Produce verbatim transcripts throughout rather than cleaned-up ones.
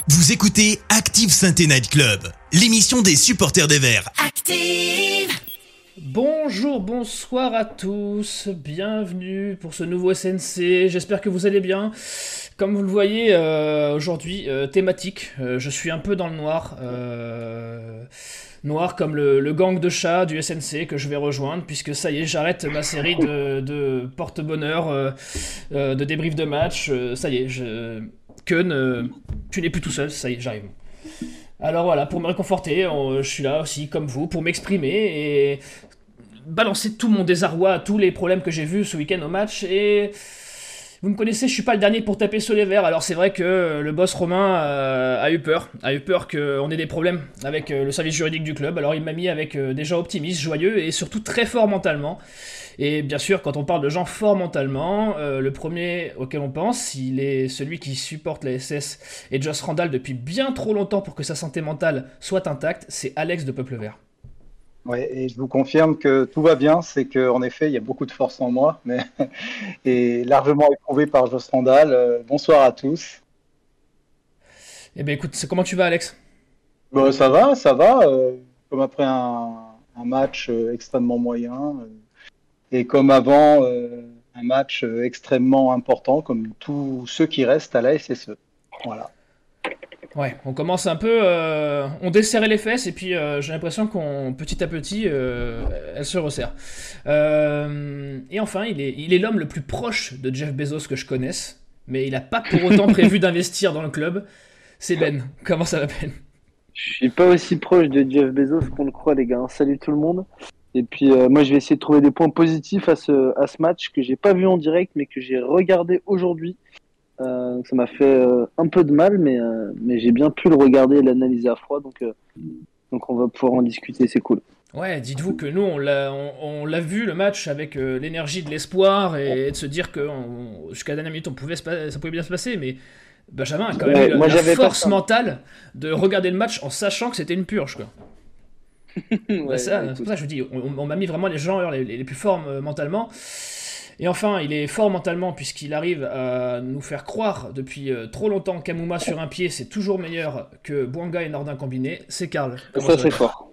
Vous écoutez Active Saint-Étienne Night Club, l'émission des supporters des Verts. Active. Bonjour, bonsoir à tous, bienvenue pour ce nouveau S N C, j'espère que vous allez bien. Comme vous le voyez, euh, aujourd'hui, euh, thématique, euh, je suis un peu dans le noir, euh, noir comme le, le gang de chats du S N C que je vais rejoindre, puisque ça y est, j'arrête ma série de, de porte-bonheur, euh, euh, de débrief de match, euh, ça y est, je... Keun, euh, tu n'es plus tout seul, ça y est, j'arrive. Alors voilà, pour me réconforter, on, je suis là aussi, comme vous, pour m'exprimer et balancer tout mon désarroi à tous les problèmes que j'ai vus ce week-end au match. Et vous me connaissez, je suis pas le dernier pour taper sur les verts. Alors c'est vrai que le boss Romain euh, a eu peur, a eu peur qu'on ait des problèmes avec euh, le service juridique du club. Alors il m'a mis avec euh, des gens optimistes, joyeux et surtout très fort mentalement. Et bien sûr, quand on parle de gens forts mentalement, euh, le premier auquel on pense, il est celui qui supporte la S S et Joss Randall depuis bien trop longtemps pour que sa santé mentale soit intacte, c'est Alex de Peuple Vert. Ouais, et je vous confirme que tout va bien, c'est qu'en effet, il y a beaucoup de force en moi, mais et largement éprouvé par Joss Randall. Euh, bonsoir à tous. Eh bien écoute, comment tu vas Alex ? Bon, ça va, ça va, euh, comme après un, un match euh, extrêmement moyen. Euh, Et comme avant, euh, un match euh, extrêmement important, comme tous ceux qui restent à la S S E. Voilà. Ouais, on commence un peu, euh, on desserrait les fesses et puis euh, j'ai l'impression qu'on petit à petit, euh, elle se resserre. Euh, et enfin, il est, il est l'homme le plus proche de Jeff Bezos que je connaisse, mais il n'a pas pour autant prévu d'investir dans le club. C'est Ben. Comment ça va Ben ? Je suis pas aussi proche de Jeff Bezos qu'on le croit les gars. Salut tout le monde. Et puis euh, moi je vais essayer de trouver des points positifs à ce, à ce match que j'ai pas vu en direct mais que j'ai regardé aujourd'hui. Euh, ça m'a fait euh, un peu de mal mais, euh, mais j'ai bien pu le regarder et l'analyser à froid donc, euh, donc on va pouvoir en discuter, c'est cool. Ouais, dites-vous que nous on l'a, on, on l'a vu le match avec euh, l'énergie de l'espoir et, et de se dire que on, jusqu'à la dernière minute on pouvait se, ça pouvait bien se passer, mais Benjamin a quand même Ouais, eu la, moi, la j'avais force pas mentale de regarder le match en sachant que c'était une purge quoi. ouais, Bah ça, ouais, c'est pour ça que je vous dis, on, on m'a mis vraiment les gens les, les plus forts euh, mentalement. Et enfin, il est fort mentalement puisqu'il arrive à nous faire croire depuis euh, trop longtemps qu'Amouma sur un pied c'est toujours meilleur que Bouanga et Nordin combinés. C'est Karl. Comment ça ça c'est va fort.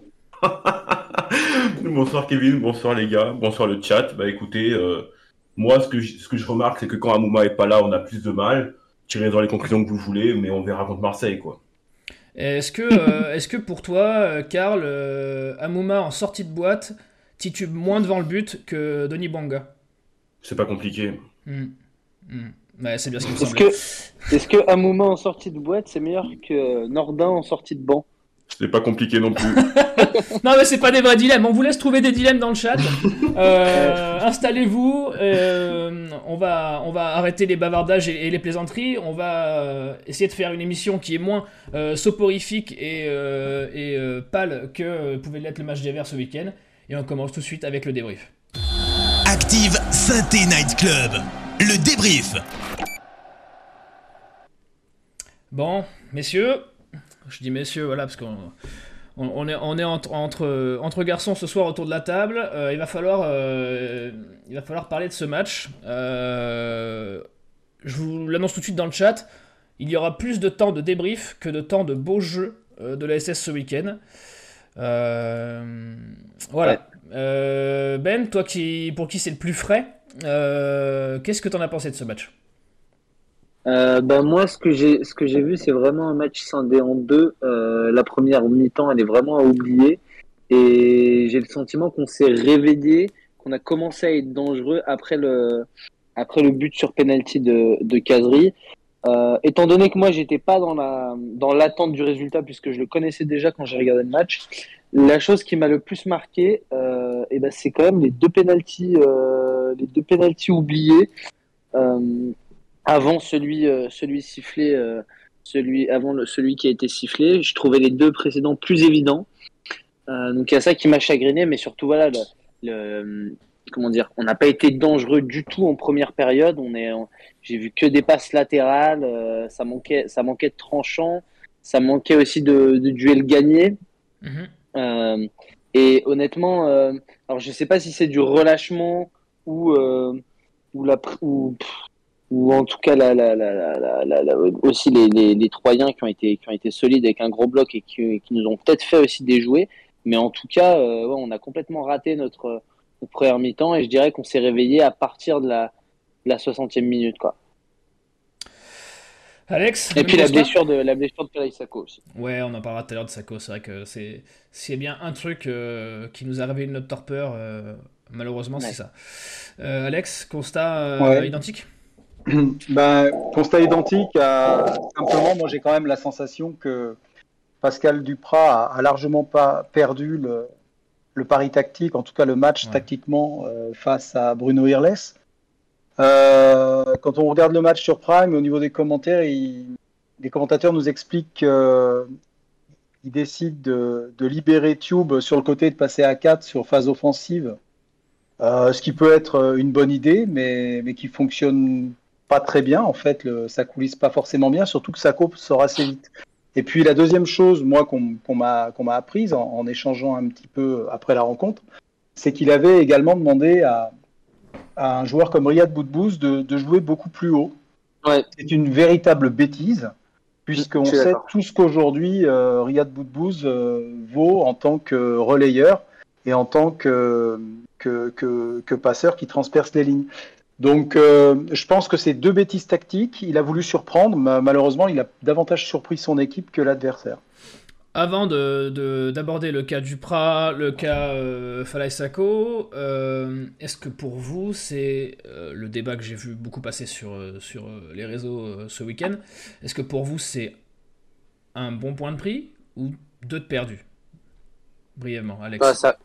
Bonsoir Kevin, bonsoir les gars, bonsoir le chat. Bah écoutez, euh, moi ce que, je, ce que je remarque c'est que quand Amouma est pas là on a plus de mal. Tirez dans les conclusions que vous voulez, mais on verra contre Marseille quoi. Est-ce que, euh, est-ce que pour toi, euh, Karl, euh, Amouma en sortie de boîte titube moins devant le but que Denis Bouanga ? C'est pas compliqué. Hmm. Hmm. Ouais, c'est bien ce qui me Est-ce semblait. que, est-ce que Amouma en sortie de boîte c'est meilleur que Nordin en sortie de banc? C'était pas compliqué non plus. Non mais c'est pas des vrais dilemmes, on vous laisse trouver des dilemmes dans le chat. Euh, installez-vous, euh, on, va, on va arrêter les bavardages et, et les plaisanteries, on va euh, essayer de faire une émission qui est moins euh, soporifique et, euh, et euh, pâle que euh, pouvait l'être le match des Verts ce week-end. Et on commence tout de suite avec le débrief. Active Saint-Étienne Night Club, le débrief. Bon, messieurs, je dis messieurs, voilà, parce qu'on on, on est, on est entre, entre, entre garçons ce soir autour de la table. Euh, il, va falloir, euh, il va falloir parler de ce match. Euh, je vous l'annonce tout de suite dans le chat. Il y aura plus de temps de débrief que de temps de beaux jeux euh, de la S S ce week-end. Euh, voilà. Ouais. Euh, Ben, toi qui, pour qui c'est le plus frais, euh, qu'est-ce que t'en as pensé de ce match ? Euh, ben moi, ce que j'ai, ce que j'ai vu, c'est vraiment un match scindé en deux. Euh, la première mi-temps, elle est vraiment à oublier. Et j'ai le sentiment qu'on s'est réveillé, qu'on a commencé à être dangereux après le, après le but sur penalty de, de Kazri. Euh, étant donné que moi, j'étais pas dans la, dans l'attente du résultat puisque je le connaissais déjà quand j'ai regardé le match. La chose qui m'a le plus marqué, euh, et ben, c'est quand même les deux penalties, euh, les deux penalties oubliés. Euh, Avant celui, euh, celui sifflé, euh, celui avant le, celui qui a été sifflé, je trouvais les deux précédents plus évidents. Euh, donc il y a ça qui m'a chagriné, mais surtout voilà, le, le comment dire, on n'a pas été dangereux du tout en première période. On est, on, j'ai vu que des passes latérales, euh, ça manquait, ça manquait de tranchant, ça manquait aussi de, de duels gagnés. Mm-hmm. Euh, et honnêtement, euh, alors je sais pas si c'est du relâchement ou euh, ou la ou pff, ou en tout cas la, la, la, la, la, la, aussi les, les, les Troyens qui ont été qui ont été solides avec un gros bloc et qui, qui nous ont peut-être fait aussi déjouer, mais en tout cas euh, ouais, on a complètement raté notre, notre première mi-temps et je dirais qu'on s'est réveillé à partir de la, de la soixantième minute quoi. Alex, et puis la blessure de la blessure de Falaï Sako aussi. Ouais, on en parlera tout à l'heure de Sako. C'est vrai que c'est s'il y a bien un truc euh, qui nous a révélé notre torpeur, euh, malheureusement ouais. c'est ça. Euh, Alex, constat euh, ouais. identique. Ben, constat identique. À... Simplement, moi j'ai quand même la sensation que Pascal Duprat a, a largement pas perdu le, le pari tactique, en tout cas le match ouais. tactiquement euh, face à Bruno Irles. Euh, quand on regarde le match sur Prime, au niveau des commentaires, il, les commentateurs nous expliquent qu'ils euh, décident de, de libérer Tube sur le côté et de passer à quatre sur phase offensive, euh, ce qui peut être une bonne idée, mais, mais qui fonctionne pas très bien. En fait, le, ça coulisse pas forcément bien, surtout que Sako sort assez vite. Et puis la deuxième chose, moi, qu'on, qu'on m'a, qu'on m'a apprise en, en échangeant un petit peu après la rencontre, c'est qu'il avait également demandé à à un joueur comme Riyad Boudbouz de, de jouer beaucoup plus haut. Ouais. C'est une véritable bêtise, puisqu'on sait d'accord. tous qu'aujourd'hui, euh, Riyad Boudbouz euh, vaut en tant que relayeur et en tant que, que, que, que passeur qui transperce les lignes. Donc, euh, je pense que c'est deux bêtises tactiques. Il a voulu surprendre, mais malheureusement, il a davantage surpris son équipe que l'adversaire. Avant de, de, d'aborder le cas Duprat, le cas euh, Falaï Sako, euh, est-ce que pour vous, c'est euh, le débat que j'ai vu beaucoup passer sur, sur les réseaux euh, ce week-end, est-ce que pour vous c'est un bon point de prix ou deux de perdus? Brièvement, Alex. Bah, ça...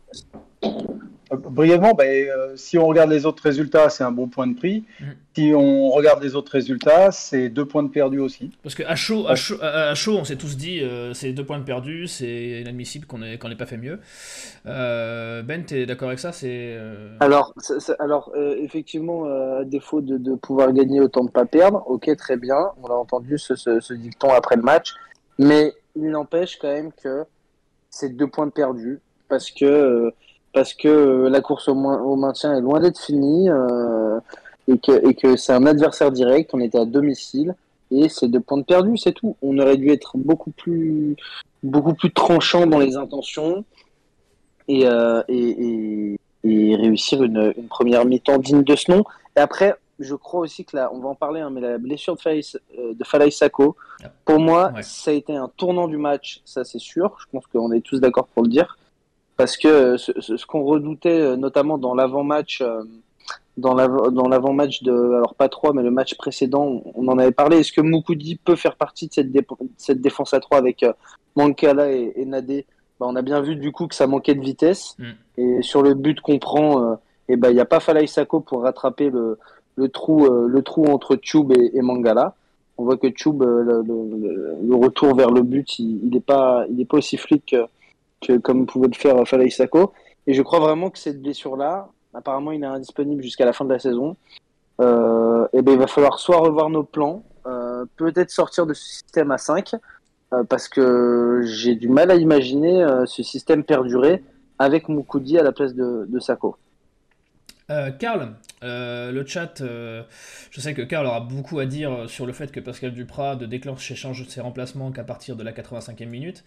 Brièvement, bah, euh, si on regarde les autres résultats, c'est un bon point de prix. Mmh. Si on regarde les autres résultats, c'est deux points de perdus aussi. Parce qu'à chaud, à chaud, à chaud, on s'est tous dit, euh, c'est deux points de perdus, c'est inadmissible qu'on n'ait qu'on n'ait pas fait mieux. Euh, Ben, t'es d'accord avec ça? C'est euh... Alors, c'est, c'est, alors euh, effectivement, euh, à défaut de, de pouvoir gagner, autant de pas perdre. Ok, très bien. On a entendu ce, ce, ce dicton après le match, mais il n'empêche quand même que c'est deux points de perdus parce que euh, parce que la course au, moins, au maintien est loin d'être finie euh, et, que, et que c'est un adversaire direct, on était à domicile et c'est deux points de perdus, c'est tout. On aurait dû être beaucoup plus, beaucoup plus tranchant dans les intentions et, euh, et, et, et réussir une, une première mi-temps digne de ce nom. Et après, je crois aussi que là, on va en parler, hein, mais la blessure de Falaï, de Falaï Sako, pour moi, ouais. ça a été un tournant du match, ça c'est sûr, je pense qu'on est tous d'accord pour le dire. Parce que ce, ce, ce qu'on redoutait, notamment dans l'avant-match, euh, dans, l'avant, dans l'avant-match de, alors pas trois, mais le match précédent, on en avait parlé. Est-ce que Moukoudi peut faire partie de cette, dé, cette défense à trois avec euh, Mankala et, et Nadé? Bah, on a bien vu du coup que ça manquait de vitesse. Mm. Et sur le but qu'on prend, euh, et ben il y a pas Falaï Sako pour rattraper le, le trou, euh, le trou entre Tube et, et Mangala. On voit que Tube, euh, le, le, le retour vers le but, il, il est pas, il est pas aussi fluide que Que, comme pouvait le faire Falaï Sako. Et je crois vraiment que cette blessure-là, apparemment il est indisponible jusqu'à la fin de la saison, euh, et ben il va falloir soit revoir nos plans, euh, peut-être sortir de ce système à cinq, euh, parce que j'ai du mal à imaginer euh, ce système perdurer avec Moukoudi à la place de, de Sako. Euh, Karl, euh, le chat, euh, je sais que Karl aura beaucoup à dire sur le fait que Pascal Duprat ne déclenche et change ses remplacements qu'à partir de la quatre-vingt-cinquième minute.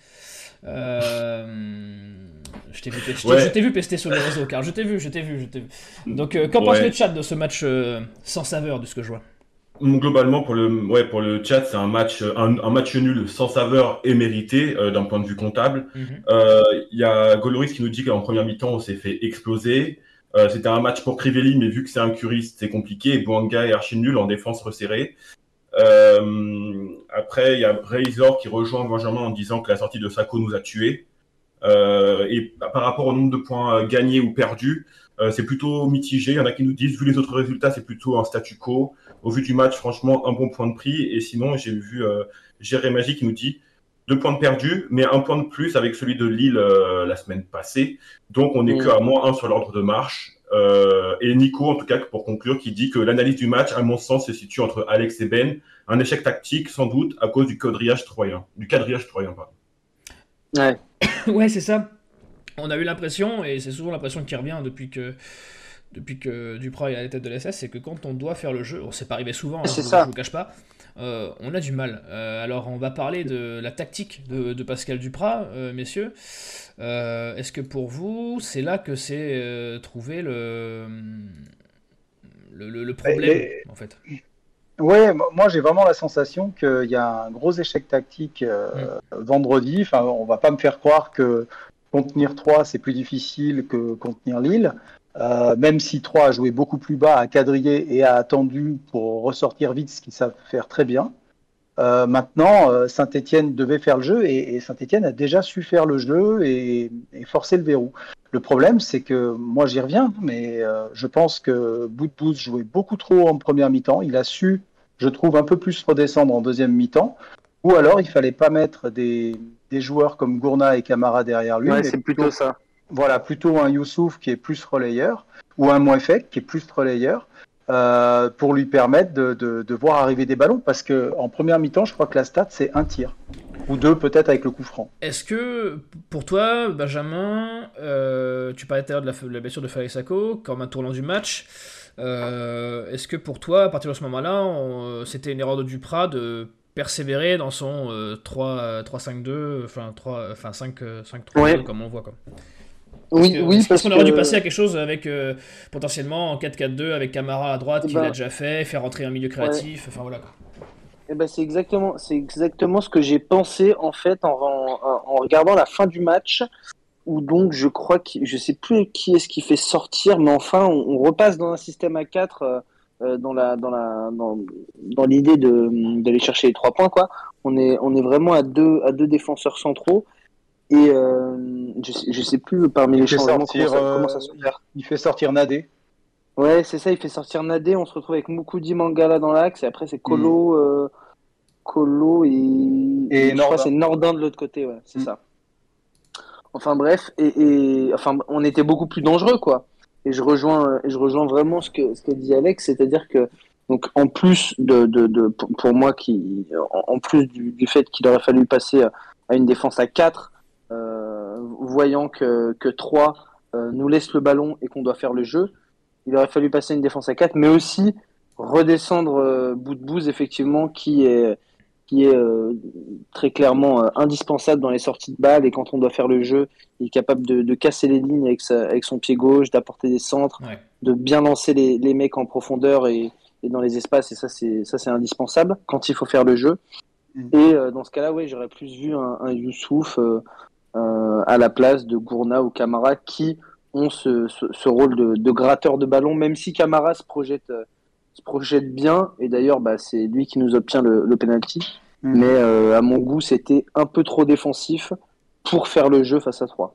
Euh, je t'ai vu, pester, ouais. je t'ai vu pester sur les réseaux, Karl. Je t'ai vu, je t'ai vu, je t'ai vu. Donc, euh, qu'en ouais. pense le chat de ce match euh, sans saveur, de ce que je vois? Globalement, pour le, ouais, pour le chat, c'est un match, un, un match nul sans saveur et mérité euh, d'un point de vue comptable. Il mm-hmm. euh, y a Goloris qui nous dit qu'en première mi-temps, on s'est fait exploser. Euh, c'était un match pour Crivelli, mais vu que c'est un curiste, c'est compliqué. Et Bouanga est archi nul en défense resserrée. Euh, après, il y a Razor qui rejoint Benjamin en disant que la sortie de Sako nous a tués. Euh, et bah, par rapport au nombre de points gagnés ou perdus, euh, c'est plutôt mitigé. Il y en a qui nous disent, vu les autres résultats, c'est plutôt un statu quo. Au vu du match, franchement, un bon point de prix. Et sinon, j'ai vu euh, Géré Magie qui nous dit deux points de perdus, mais un point de plus avec celui de Lille euh, la semaine passée. Donc, on n'est mmh. qu'à moins un sur l'ordre de marche. Euh, et Nico, en tout cas, pour conclure, qui dit que l'analyse du match, à mon sens, se situe entre Alex et Ben. Un échec tactique, sans doute, à cause du quadrillage troyen. Du quadrillage troyen, pardon. Ouais. Ouais, c'est ça. On a eu l'impression, et c'est souvent l'impression qui revient depuis que depuis que Duprat est à la tête de l'S S, c'est que quand on doit faire le jeu, on c'est pas arrivé souvent, hein, C'est je ça. ne vous cache pas, euh, on a du mal. Euh, alors on va parler de la tactique de, de Pascal Duprat, euh, messieurs. Euh, est-ce que pour vous, c'est là que c'est euh, trouvé le, le, le- le problème, Les- en fait? Ouais, mo- moi j'ai vraiment la sensation qu'il y a un gros échec tactique euh, Mm. vendredi. Enfin, on va pas me faire croire que contenir Troyes c'est plus difficile que contenir Lille. Euh, même si Troyes a joué beaucoup plus bas, a quadrillé et a attendu pour ressortir vite, ce qu'ils savent faire très bien. Euh, maintenant, euh, Saint-Étienne devait faire le jeu et, et Saint-Étienne a déjà su faire le jeu et, et forcer le verrou. Le problème, c'est que moi j'y reviens, mais euh, je pense que Boutbouz jouait beaucoup trop en première mi-temps. Il a su, je trouve, un peu plus redescendre en deuxième mi-temps. Ou alors, il fallait pas mettre des, des joueurs comme Gourna et Camara derrière lui, Ouais, mais c'est plutôt ça. voilà, plutôt un Youssouf qui est plus relayeur ou un Mouefek qui est plus relayeur euh, pour lui permettre de, de, de voir arriver des ballons parce que en première mi-temps, je crois que la stat c'est un tir ou deux peut-être avec le coup franc. Est-ce que, pour toi, Benjamin, euh, tu parlais tout à l'heure de la, de la blessure de Faye Sako, comme un tournant du match, euh, est-ce que pour toi, à partir de ce moment-là, on- c'était une erreur de Duprat de persévérer dans son euh, trois cinq deux, enfin, trois, enfin cinq trois deux, Ouais. comme on le voit, quoi? Oui, Est-ce que- oui, est-ce parce qu'on aurait dû que- passer à quelque chose avec euh, potentiellement en quatre quatre deux avec Camara à droite Eh qui ben, l'a déjà fait, faire rentrer un milieu créatif, enfin voilà quoi. Eh ben, c'est exactement, c'est exactement ce que j'ai pensé en fait en, en, en regardant la fin du match, où donc je crois que je sais plus qui est-ce qui fait sortir, mais enfin on, on repasse dans un système à quatre euh, euh, dans la dans la dans, dans l'idée de d'aller chercher les trois points quoi. On est on est vraiment à deux à deux défenseurs centraux et euh, je sais, je sais plus parmi Il les fait changements sortir, comment ça, euh, comment ça s'opère. il fait sortir Nadé. Ouais, c'est ça, il fait sortir Nadé, on se retrouve avec Mukudi Mangala dans l'axe et après c'est Kolo. euh, Colo et, Et et je crois Nordin. que c'est Nordin de l'autre côté, ouais, c'est Mm. ça. Enfin bref, et, et enfin on était beaucoup plus dangereux quoi. Et je rejoins et je rejoins vraiment ce que ce que dit Alex, c'est-à-dire que donc en plus de de, de pour pour moi qui en, en plus du, du fait qu'il aurait fallu passer à une défense à quatre, euh, voyant que que trois euh, nous laisse le ballon et qu'on doit faire le jeu, il aurait fallu passer à une défense à quatre, mais aussi redescendre euh, Boutbouz effectivement qui est qui est euh, très clairement euh, indispensable dans les sorties de balles et quand on doit faire le jeu, il est capable de, de casser les lignes avec, sa, avec son pied gauche, d'apporter des centres, Ouais. de bien lancer les, les mecs en profondeur et, et dans les espaces et ça c'est ça c'est indispensable quand il faut faire le jeu. Mm. Et euh, dans ce cas-là, ouais, j'aurais plus vu un, un Youssouf euh, euh, à la place de Gourna ou Camara qui ont ce, ce, ce rôle de, de gratteur de ballon, même si Camara se projette euh, se projette bien, et d'ailleurs bah, c'est lui qui nous obtient le, le penalty, Mm. mais euh, à mon goût c'était un peu trop défensif pour faire le jeu face à trois.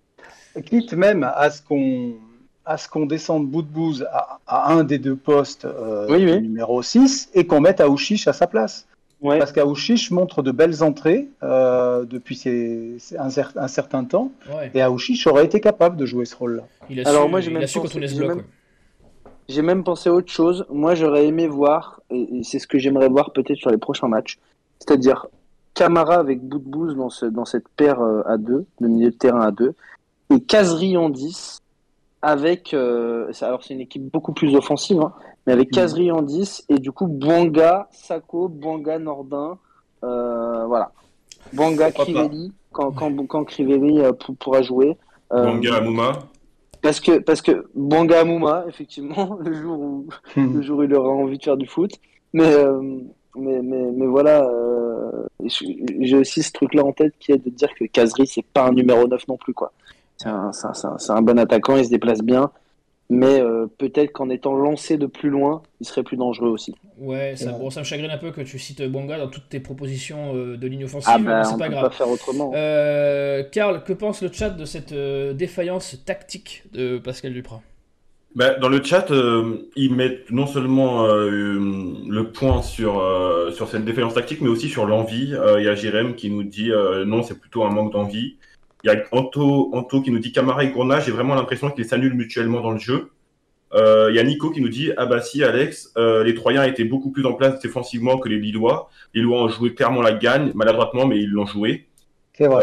Quitte même à ce qu'on à ce qu'on descende Boutbouz à, à un des deux postes euh, Oui, oui. numéro six et qu'on mette Aouchiche à sa place. Ouais. Parce qu'Aouchiche montre de belles entrées euh, depuis ses- ses- un, cer- un certain temps Ouais. et Aouchiche aurait été capable de jouer ce rôle-là. Il a Alors su, moi, j'ai il même a su pensé- contourner ce j'ai bloc. même- ouais. J'ai même pensé à autre chose. Moi, j'aurais aimé voir, et, et c'est ce que j'aimerais voir peut-être sur les prochains matchs, c'est-à-dire Camara avec Boutbouz dans, ce, dans cette paire euh, à deux, de milieu de terrain à deux, et Kazri en dix, avec, euh, c'est- alors c'est une équipe beaucoup plus offensive, hein, mais avec Mhm. Kazri en dix, et du coup Bouanga, Sako, Bouanga, Nordin, euh, voilà. Bouanga, Pourquoi pas. Crivelli, quand, quand, quand Crivelli euh, pour- pourra jouer. Euh, Banga Amouma. Parce que, parce que Bouanga Amouma, effectivement, le jour où, le jour où il aura envie de faire du foot. Mais, euh, mais, mais, mais voilà, euh, j'ai aussi ce truc-là en tête qui est de dire que Kazri, c'est pas un numéro neuf non plus, quoi. C'est un, c'est un, c'est un, c'est un bon attaquant, il se déplace bien. Mais euh, peut-être qu'en étant lancé de plus loin, il serait plus dangereux aussi. Ouais, ça, Ouais. bon, ça me chagrine un peu que tu cites Bonga dans toutes tes propositions euh, de ligne offensive, Ah mais bah, c'est on pas peut grave. pas faire autrement. Euh, Karl, que pense le chat de cette euh, défaillance tactique de Pascal Duprat? Bah, dans le chat, euh, ils mettent non seulement euh, le point sur, euh, sur cette défaillance tactique, mais aussi sur l'envie. Euh, Il y a Jérém qui nous dit euh, non, c'est plutôt un manque d'envie. Il y a Anto, Anto qui nous dit Camara et Gourna, j'ai vraiment l'impression qu'ils s'annulent mutuellement dans le jeu. Euh, Il y a Nico qui nous dit ah bah si Alex, euh, les Troyens étaient beaucoup plus en place défensivement que les Lillois. Les Lillois ont joué clairement la gagne, maladroitement, mais ils l'ont joué. C'est vrai. Euh,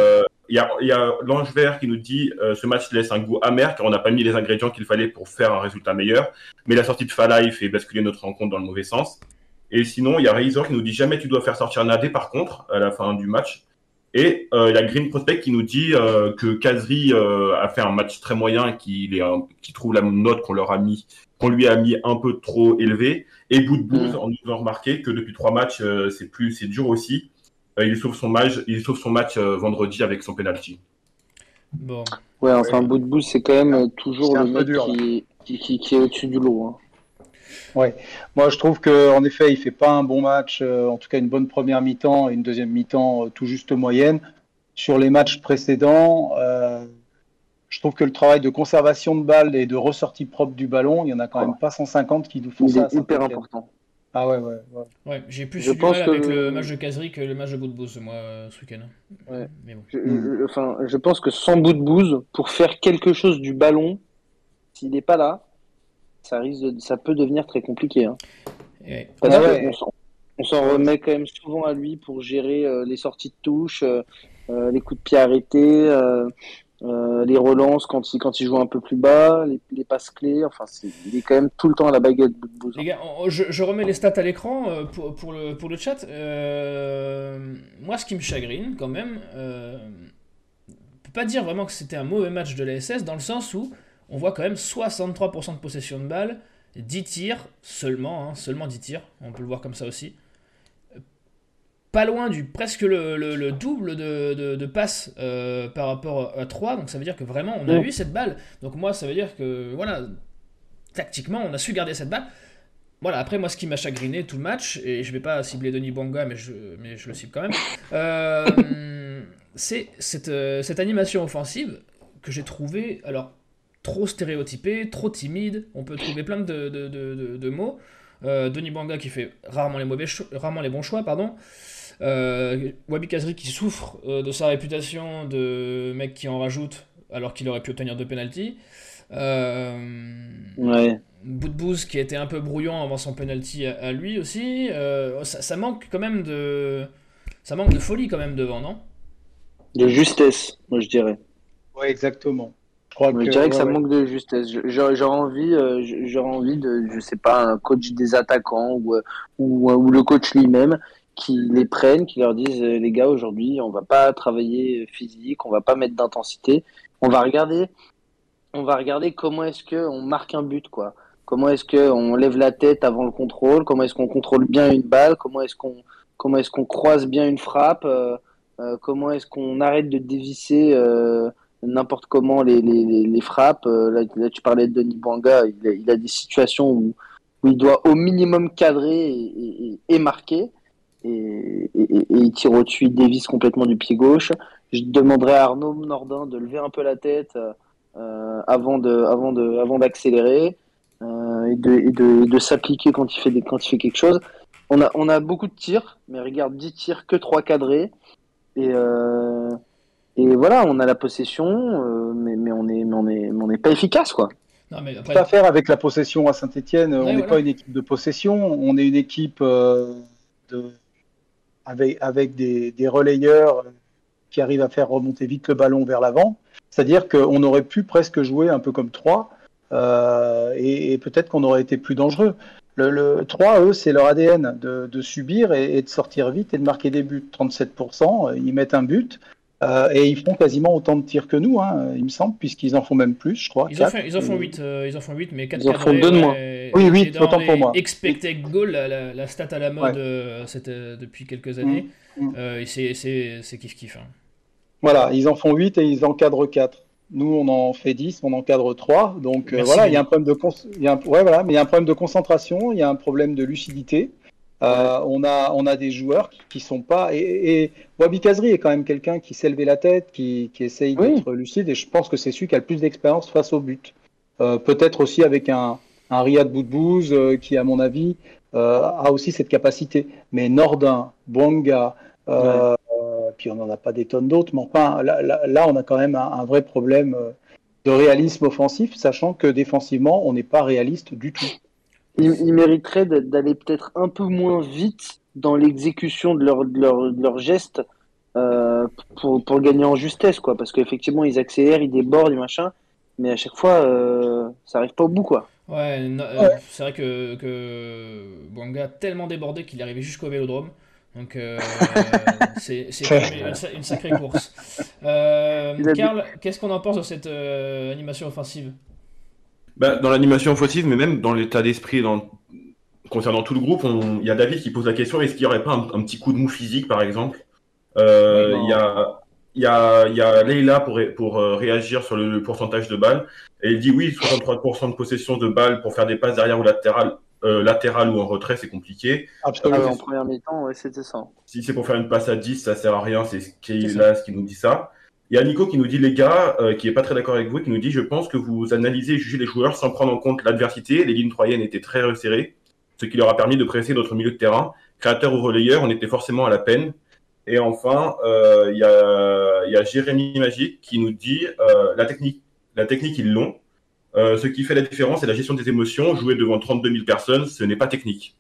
il y a, il y a l'Ange Vert qui nous dit euh, ce match laisse un goût amer car on n'a pas mis les ingrédients qu'il fallait pour faire un résultat meilleur. Mais la sortie de Falaï fait basculer notre rencontre dans le mauvais sens. Et sinon, il y a Razor qui nous dit jamais tu dois faire sortir Nadé par contre à la fin du match. Et euh, il y a Green Prospect qui nous dit euh, que Kazri euh, a fait un match très moyen, qu'il est un, qu'il trouve la note qu'on leur a mis, qu'on lui a mis un peu trop élevée. Et Boudbouz, mmh. en nous faisant remarquer que depuis trois matchs, euh, c'est plus, c'est dur aussi. Euh, il sauve son match, il sauve son match euh, vendredi avec son penalty. Bon. Ouais, enfin, ouais. Boudbouz, c'est quand même toujours c'est le mec dur, qui, qui, qui, qui est au-dessus du lot. Hein. Ouais, moi je trouve qu'en effet, il fait pas un bon match, euh, en tout cas une bonne première mi-temps et une deuxième mi-temps euh, tout juste moyenne. Sur les matchs précédents, euh, je trouve que le travail de conservation de balles et de ressortie propre du ballon, il y en a quand même pas cent cinquante qui nous font il ça. C'est hyper important. Ah ouais, ouais, ouais. Ouais, j'ai plus je pense que avec le... le match de Kazri que le match de Boudbouz, moi, ce week-end. Ouais. Mais bon. je, je, enfin, je pense que sans Boudbouz, pour faire quelque chose du ballon, s'il n'est pas là, ça risque de, ça peut devenir très compliqué. Hein. Ouais. Parce ah qu'on ouais. s'en, on s'en remet quand même souvent à lui pour gérer euh, les sorties de touche, euh, euh, les coups de pied arrêtés, euh, euh, les relances quand il, quand il joue un peu plus bas, les, les passes clés. Enfin, c'est, il est quand même tout le temps à la baguette. Boudbouz. Les gars, on, je, je remets les stats à l'écran euh, pour, pour, le, pour le chat. Euh, moi, ce qui me chagrine quand même, euh, on peut pas dire vraiment que c'était un mauvais match de la S S dans le sens où on voit quand même soixante-trois pour cent de possession de balle, dix tirs seulement, hein, seulement dix tirs, on peut le voir comme ça aussi. Pas loin du presque le, le, le double de, de, de passes euh, par rapport à trois, donc ça veut dire que vraiment on a mmh. eu cette balle. Donc moi ça veut dire que voilà, tactiquement on a su garder cette balle. Voilà, après moi ce qui m'a chagriné tout le match, et je vais pas cibler Denis Bouanga mais je, mais je le cible quand même, euh, c'est cette, cette animation offensive que j'ai trouvée, alors trop stéréotypé, trop timide, on peut trouver plein de, de, de, de, de mots. Euh, Denis Bouanga qui fait rarement les, mauvais cho- rarement les bons choix, pardon. Euh, Wabi Kazri qui souffre euh, de sa réputation de mec qui en rajoute alors qu'il aurait pu obtenir deux penalties. Euh, ouais. Boudbouz qui était un peu brouillon avant son penalty à, à lui aussi. Euh, ça, ça manque quand même de, ça manque de folie quand même devant, non ? De justesse, moi je dirais. Ouais, exactement. Je, crois que, je dirais que ouais, ça ouais. manque de justesse. J'aurais, j'aurais envie, euh, j'aurais envie de, je sais pas, un coach des attaquants ou, ou, ou le coach lui-même qui les prennent, qui leur disent euh, les gars, aujourd'hui, on va pas travailler physique, on va pas mettre d'intensité, on va regarder, on va regarder comment est-ce que on marque un but, quoi. Comment est-ce que on lève la tête avant le contrôle, comment est-ce qu'on contrôle bien une balle, comment est-ce qu'on, comment est-ce qu'on croise bien une frappe, euh, euh, comment est-ce qu'on arrête de dévisser. Euh, n'importe comment les, les, les frappes. Là, là, tu parlais de Denis Bouanga, il a, il a des situations où, où il doit au minimum cadrer et, et, et marquer. Et, et, et il tire au-dessus, il dévisse complètement du pied gauche. Je demanderais à Arnaud Nordin de lever un peu la tête euh, avant, de, avant, de, avant d'accélérer euh, et, de, et de, de s'appliquer quand il fait, des, quand il fait quelque chose. On a, on a beaucoup de tirs, mais regarde, dix tirs, que trois cadrés. Et... Euh, Et voilà, on a la possession, euh, mais, mais on n'est mais on est, mais on est pas efficace, quoi. Non, mais après... Pas faire avec la possession à Saint-Etienne. Ouais, on n'est voilà. pas une équipe de possession, on est une équipe euh, de, avec, avec des, des relayeurs qui arrivent à faire remonter vite le ballon vers l'avant. C'est-à-dire qu'on aurait pu presque jouer un peu comme trois, euh, et, et peut-être qu'on aurait été plus dangereux. Le, le trois, eux, c'est leur A D N de, de subir et, et de sortir vite et de marquer des buts. trente-sept pour cent, ils mettent un but. Euh, et ils font quasiment autant de tirs que nous, hein, il me semble, puisqu'ils en font même plus, je crois. Ils, en, font, ils en font huit, euh, ils en font huit, mais quatre ils en font deux de moins. Oui, huit, autant pour moi. Expected goal, la, la, la stat à la mode, ouais. euh, c'était depuis quelques années, mmh, mmh. Euh, et c'est, c'est, c'est kiff-kiff. Hein. Voilà, ils en font huit et ils encadrent quatre. Nous, on en fait dix, on encadre trois. Donc euh, voilà, il y a un problème de con... il y a un... ouais, voilà, mais il y a un problème de concentration, il y a un problème de lucidité. Euh, on a on a des joueurs qui, qui sont pas et, et Wabi Kazri est quand même quelqu'un qui s'est levé la tête, qui, qui essaye oui. d'être lucide, et je pense que c'est celui qui a le plus d'expérience face au but. Euh, peut-être aussi avec un un Riyad Boudbouz euh, qui, à mon avis, euh, a aussi cette capacité. Mais Nordin, Bouanga, euh, ouais. puis on n'en a pas des tonnes d'autres, mais enfin là, là, là on a quand même un, un vrai problème de réalisme offensif, sachant que défensivement on n'est pas réaliste du tout. Ils, ils mériteraient d'aller peut-être un peu moins vite dans l'exécution de leurs leur, leur gestes euh, pour, pour gagner en justesse, quoi. Parce qu'effectivement, ils accélèrent, ils débordent, ils machin, mais à chaque fois, euh, ça arrive pas au bout, quoi. Ouais, no- euh, Ouais. c'est vrai que, que Bouanga a tellement débordé qu'il est arrivé jusqu'au Vélodrome. Donc euh, c'est c'est quand même une, sa- une sacrée course. Euh, Il a Karl, qu'est-ce qu'on en pense de cette euh, animation offensive? Bah, dans l'animation offensive, mais même dans l'état d'esprit, dans... concernant tout le groupe, on- il y a David qui pose la question, est-ce qu'il n'y aurait pas un, un petit coup de mou physique, par exemple? Oui. Euh, Il y Non. a, il y a, il y a Leïla pour, ré- pour euh, réagir sur le, le pourcentage de balles. Et il dit oui, soixante-trois pour cent de possession de balles pour faire des passes derrière ou latérales, euh, latérales ou en retrait, c'est compliqué. Ah ouais, Absolument. en première mi-temps, ouais, c'était ça. Si c'est pour faire une passe à dix, ça sert à rien, c'est ce qui C'est est ça. là, ce qui nous dit ça. Il y a Nico qui nous dit, les gars, euh, qui est pas très d'accord avec vous, qui nous dit, je pense que vous analysez et jugez les joueurs sans prendre en compte l'adversité. Les lignes troyennes étaient très resserrées, ce qui leur a permis de presser notre milieu de terrain. Créateur ou relayeur, on était forcément à la peine. Et enfin, euh, il y a, il y a Jérémy Magique qui nous dit, euh, la technique, la technique, ils l'ont. Euh, ce qui fait la différence, c'est la gestion des émotions. Jouer devant trente-deux mille personnes, ce n'est pas technique.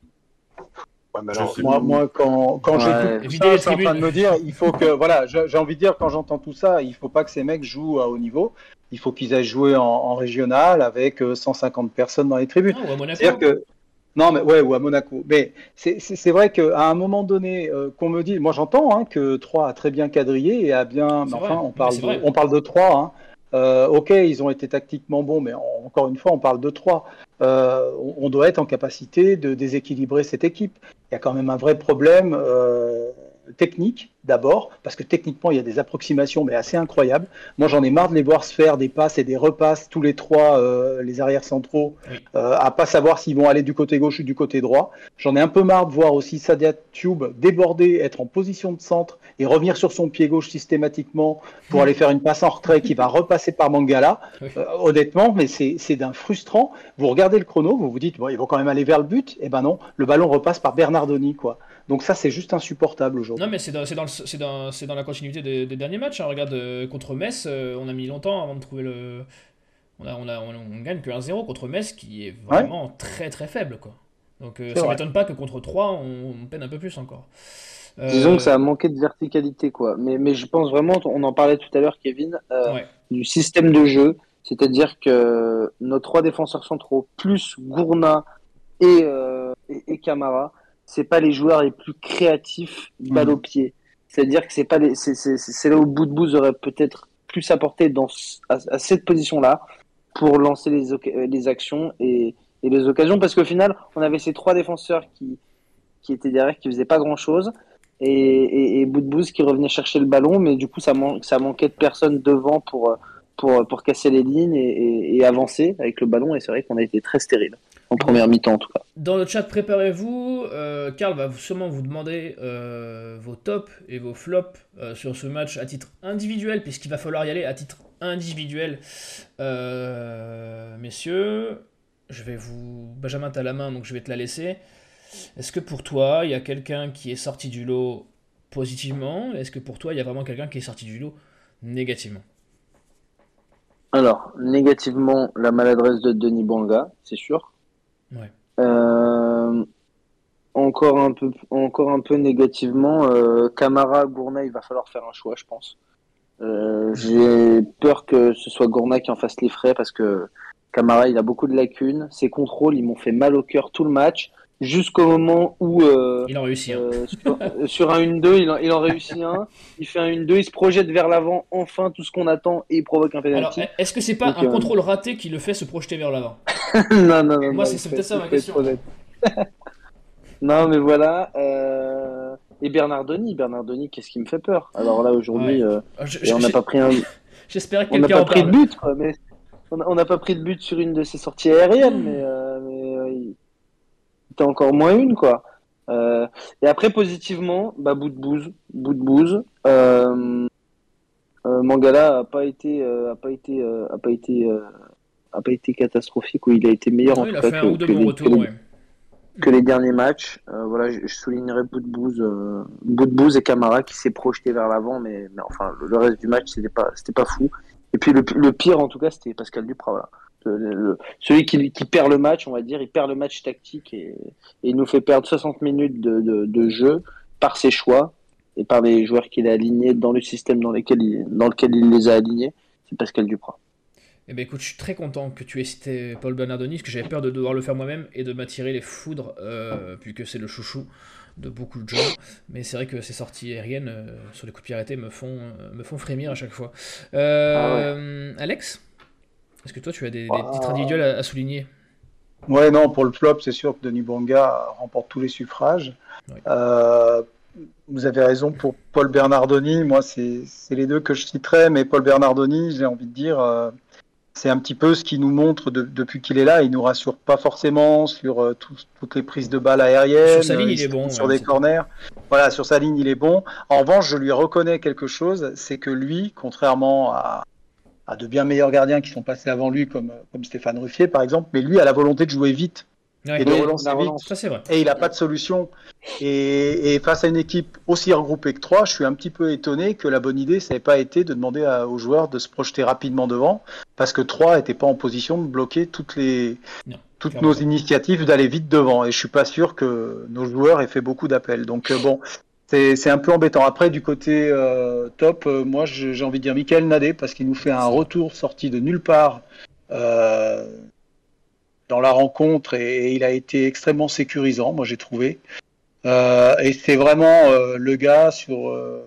Ouais, mais Je alors, sais. moi, moi, quand, quand Ouais. j'écoute tout Vider ça, les je suis en train tribunes. de me dire, il faut que, voilà, je- j'ai envie de dire, quand j'entends tout ça, il faut pas que ces mecs jouent à haut niveau. Il faut qu'ils aillent jouer en, en régional avec euh, cent cinquante personnes dans les tribunes. Ah, ou à Monaco. C'est-à-dire que, non, mais ouais, ou à Monaco. Mais c'est c'est- c'est vrai qu'à un moment donné, euh, qu'on me dit, moi j'entends hein, que Troyes a très bien quadrillé et a bien, mais C'est enfin, vrai. on Mais parle c'est de, vrai. on parle de Troyes. Hein. Euh, ok, ils ont été tactiquement bons, mais en- encore une fois, on parle de Troyes. Euh, on, on doit être en capacité de déséquilibrer cette équipe. Il y a quand même un vrai problème euh, technique d'abord, parce que techniquement, il y a des approximations, mais assez incroyables. Moi, j'en ai marre de les voir se faire des passes et des repasses, tous les trois, euh, les arrières centraux, Oui. euh, à pas savoir s'ils vont aller du côté gauche ou du côté droit. J'en ai un peu marre de voir aussi Sadia Tube déborder, être en position de centre et revenir sur son pied gauche systématiquement pour aller faire une passe en retrait qui va repasser par Mangala. Oui. Euh, honnêtement, mais c'est c'est d'un frustrant. Vous regardez le chrono, vous vous dites, bon, ils vont quand même aller vers le but. Eh ben non, le ballon repasse par Bernardoni, quoi. Donc ça, c'est juste insupportable aujourd'hui. Non, mais c'est dans, c'est dans, le- c'est dans, c'est dans la continuité des, des derniers matchs. Hein. Regarde, euh, contre Metz, euh, on a mis longtemps avant de trouver le. On, a, on, a, on, on gagne que un zéro contre Metz, qui est vraiment très très faible, quoi. Donc euh, C'est ça vrai. m'étonne pas que contre trois, on, on peine un peu plus encore. Euh, Disons que ça a manqué de verticalité, quoi. Mais, mais je pense vraiment, on en parlait tout à l'heure, Kevin, euh, Ouais. du système de jeu. C'est-à-dire que nos trois défenseurs centraux, plus Gourna et, euh, et, et Camara, c'est pas les joueurs les plus créatifs balle Mhm. au pied. C'est-à-dire que c'est pas les, c'est, c'est, c'est là où Boudbouz aurait peut-être plus apporté dans, ce- à, à cette position-là pour lancer les, oca- les actions et, et les occasions. Parce qu'au final, on avait ces trois défenseurs qui, qui étaient derrière, qui faisaient pas grand-chose. Et, et, et Boudbouz qui revenait chercher le ballon, mais du coup, ça, man- ça manquait de personnes devant pour, pour, pour casser les lignes et, et, et avancer avec le ballon. Et c'est vrai qu'on a été très stérile, en première mi-temps en tout cas. Dans le chat, préparez-vous. Euh, Karl va vous- sûrement vous demander euh, vos tops et vos flops euh, sur ce match à titre individuel, puisqu'il va falloir y aller à titre individuel. Euh, messieurs, je vais vous. Benjamin, t'as la main, donc je vais te la laisser. Est-ce que pour toi, il y a quelqu'un qui est sorti du lot positivement? Est-ce que pour toi, il y a vraiment quelqu'un qui est sorti du lot négativement? Alors, négativement, la maladresse de Denis Bouanga, c'est sûr. Ouais. Euh, encore un peu, encore un peu négativement, euh, Camara, Gourna, il va falloir faire un choix, je pense. Euh, j'ai peur que ce soit Gourna qui en fasse les frais parce que Camara, il a beaucoup de lacunes. Ses contrôles, ils m'ont fait mal au cœur tout le match, jusqu'au moment où euh, Il en réussit. Hein. euh, sur, euh, sur un un deux, il, en- il en réussit un. Il fait un un deux, il se projette vers l'avant, enfin tout ce qu'on attend, et il provoque un Alors, penalty. est-ce que c'est pas Donc, un euh, contrôle raté qui le fait se projeter vers l'avant? non, non, non. Moi, non, c'est il c'est faut peut-être ça être- ma il faut être question. honnête. Non, mais voilà. Euh... Et Bernardoni, Bernardoni, qu'est-ce qui me fait peur? Alors là, aujourd'hui, Ouais. euh, Ah, je- et on n'a je- pas pris un, J'espérais que on n'a quelqu'un pas en pris de parle. but, quoi. Mais on a- on n'a pas pris de but sur une de ses sorties aériennes, mais, euh, mais euh, il était encore moins une, quoi. Euh, et après, positivement, bah, bout de bouse, bout de bouse. Euh, euh, Mangala a pas été, euh, a pas été, euh, a pas été, euh, a pas été catastrophique, ou il a été meilleur en Oui, il tout a cas fait un que, ou deux que bons les, que retours, les- ouais. que les derniers matchs. Euh, voilà, je, je soulignerai Boudbouz, euh, Boudbouz et Camara qui s'est projeté vers l'avant, mais, mais enfin, le, le reste du match, c'était pas, c'était pas fou. Et puis le, le pire, en tout cas, c'était Pascal Duprat. Voilà. Le- le- celui qui, qui perd le match, on va dire, il perd le match tactique et, et il nous fait perdre soixante minutes de, de, de jeu par ses choix. et par les joueurs qu'il a alignés dans le système dans lequel il, dans lequel il les a alignés, c'est Pascal Duprat. Eh ben écoute, je suis très content que tu aies cité Paul Bernardoni, parce que j'avais peur de devoir le faire moi-même et de m'attirer les foudres, euh, puisque c'est le chouchou de beaucoup de gens. Mais c'est vrai que ces sorties aériennes euh, sur les coups de pied arrêtés me font, euh, me font frémir à chaque fois. Euh, ah ouais. Alex, est-ce que toi tu as des, des titres individuels à, à souligner? Ouais, non, pour le flop, c'est sûr que Denis Bouanga remporte tous les suffrages. Oui. Euh, vous avez raison pour Paul Bernardoni. Moi, c'est, c'est les deux que je citerai, mais Paul Bernardoni, j'ai envie de dire, euh, c'est un petit peu ce qu'il nous montre de, depuis qu'il est là. Il nous rassure pas forcément sur euh, tout, toutes les prises de balles aériennes. Sur sa ligne, il, il est bon. Sur ouais, des corners. Tout. Voilà, sur sa ligne, il est bon. En revanche, je lui reconnais quelque chose, c'est que lui, contrairement à à de bien meilleurs gardiens qui sont passés avant lui, comme, comme Stéphane Ruffier, par exemple, mais lui a la volonté de jouer vite ouais, et de oui, relancer vite. Ça, c'est vrai. Et il n'a pas de solution. Et, et face à une équipe aussi regroupée que trois, je suis un petit peu étonné que la bonne idée, ça n'ait pas été de demander à, aux joueurs de se projeter rapidement devant, parce que trois n'étaient pas en position de bloquer toutes, les, non, toutes nos initiatives d'aller vite devant. Et je ne suis pas sûr que nos joueurs aient fait beaucoup d'appels. Donc euh, bon... C'est, c'est un peu embêtant. Après, du côté euh, top, euh, moi j'ai, j'ai envie de dire Michael Nadé, parce qu'il nous fait un retour sorti de nulle part euh, dans la rencontre et, et il a été extrêmement sécurisant, moi j'ai trouvé. Euh, et c'est vraiment euh, le gars sur, euh,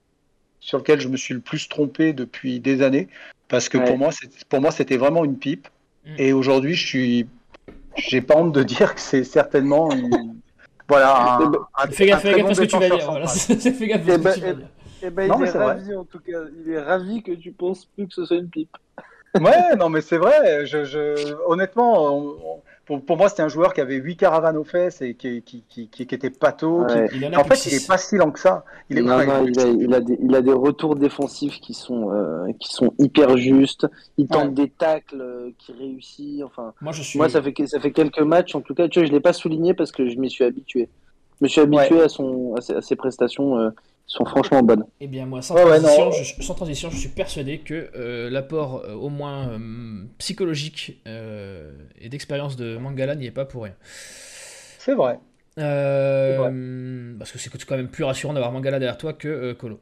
sur lequel je me suis le plus trompé depuis des années, parce que ouais. pour, moi, c'est, pour moi c'était vraiment une pipe. Mmh. Et aujourd'hui, je suis, j'ai pas honte de dire que c'est certainement une. Voilà, un, un, fais gaffe, fais gaffe à ce que tu vas dire. Voilà. Fais gaffe à ce que tu vas dire. Eh ben, non, il est ravi vrai. En tout cas. Il est ravi que tu penses plus que ce soit une pipe. Ouais, non, mais c'est vrai. Je, je... Honnêtement, on, on, pour, pour moi, c'était un joueur qui avait huit caravanes aux fesses et qui, qui, qui, qui, qui était pâteau. Ouais. Qui... En, en fait, six. Il n'est pas si lent que ça. Il, est non, non, il, a, il, a des, il a des retours défensifs qui sont, euh, qui sont hyper justes. Il tente ouais. des tacles euh, qui réussissent. Enfin, moi, je suis... moi ça, fait, ça fait quelques matchs. En tout cas, tu vois, je ne l'ai pas souligné parce que je m'y suis habitué. Je me suis habitué ouais. à, son, à, ses, à ses prestations. Euh, sont franchement bonnes. Eh bien moi, sans, ouais, transition, ouais, je, sans transition, je suis persuadé que euh, l'apport euh, au moins euh, psychologique euh, et d'expérience de Mangala n'y est pas pour rien. C'est vrai. Euh, c'est vrai. Parce que c'est quand même plus rassurant d'avoir Mangala derrière toi que euh, Colo.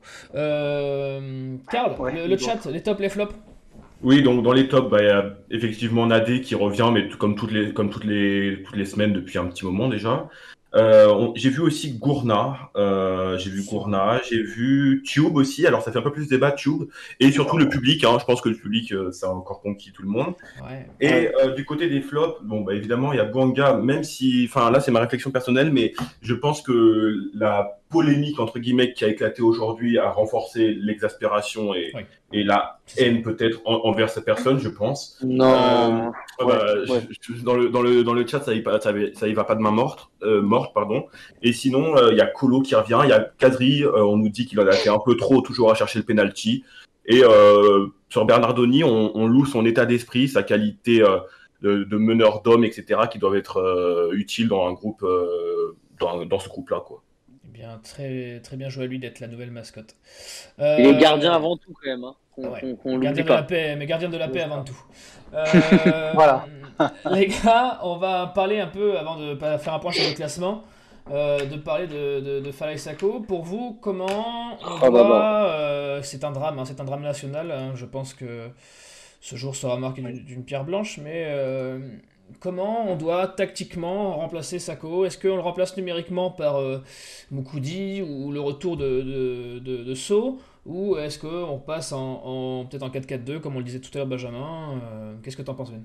Euh, Karl, ouais, le, le chat, les tops, les flops. Oui, donc dans les tops, bah, y a effectivement Nadé qui revient, mais tout, comme, toutes les, comme toutes les, toutes les semaines depuis un petit moment déjà. Euh, on, j'ai vu aussi Gourna, euh, j'ai vu Gourna, j'ai vu Tube aussi, alors ça fait un peu plus débat Tube, et surtout le public, hein, je pense que le public, euh, ça a encore conquis tout le monde. Ouais. Et ouais. Euh, du côté des flops, bon bah évidemment il y a Bouanga, même si, enfin là c'est ma réflexion personnelle, mais je pense que la polémique entre guillemets qui a éclaté aujourd'hui a renforcé l'exaspération et, ouais. et la haine peut-être en, envers cette personne, je pense. Non. Euh, ouais, bah, ouais. Je, je, dans le dans le dans le chat ça y va ça, ça y va pas de main morte, euh, morte pardon. Et sinon il euh, y a Colo qui revient, il y a Kadri, euh, on nous dit qu'il en a fait un peu trop toujours à chercher le penalty. Et euh, sur Bernardoni, on, on loue son état d'esprit, sa qualité euh, de, de meneur d'hommes, et cetera, qui doivent être euh, utiles dans un groupe, euh, dans, dans ce groupe-là, quoi. Eh bien, très, très bien joué à lui d'être la nouvelle mascotte. Euh, Il est gardien avant tout, quand même. Hein. Qu'on, ouais. qu'on, qu'on gardien de pas. la paix, mais gardien de la paix avant tout. Euh, voilà. Les gars, on va parler un peu, avant de faire un point sur le classement, euh, de parler de, de, de Falaï Sacco. Pour vous, comment on oh, doit... Bah, euh, c'est un drame, hein, c'est un drame national. Hein, je pense que ce jour sera marqué d'une, d'une pierre blanche, mais... Euh, comment on doit tactiquement remplacer Sacco? Est-ce qu'on le remplace numériquement par euh, Moukoudi ou le retour de, de, de, de Sceaux, ou est-ce qu'on passe en, en, peut-être en quatre quatre deux comme on le disait tout à l'heure Benjamin? euh, Qu'est-ce que tu en penses, Ben?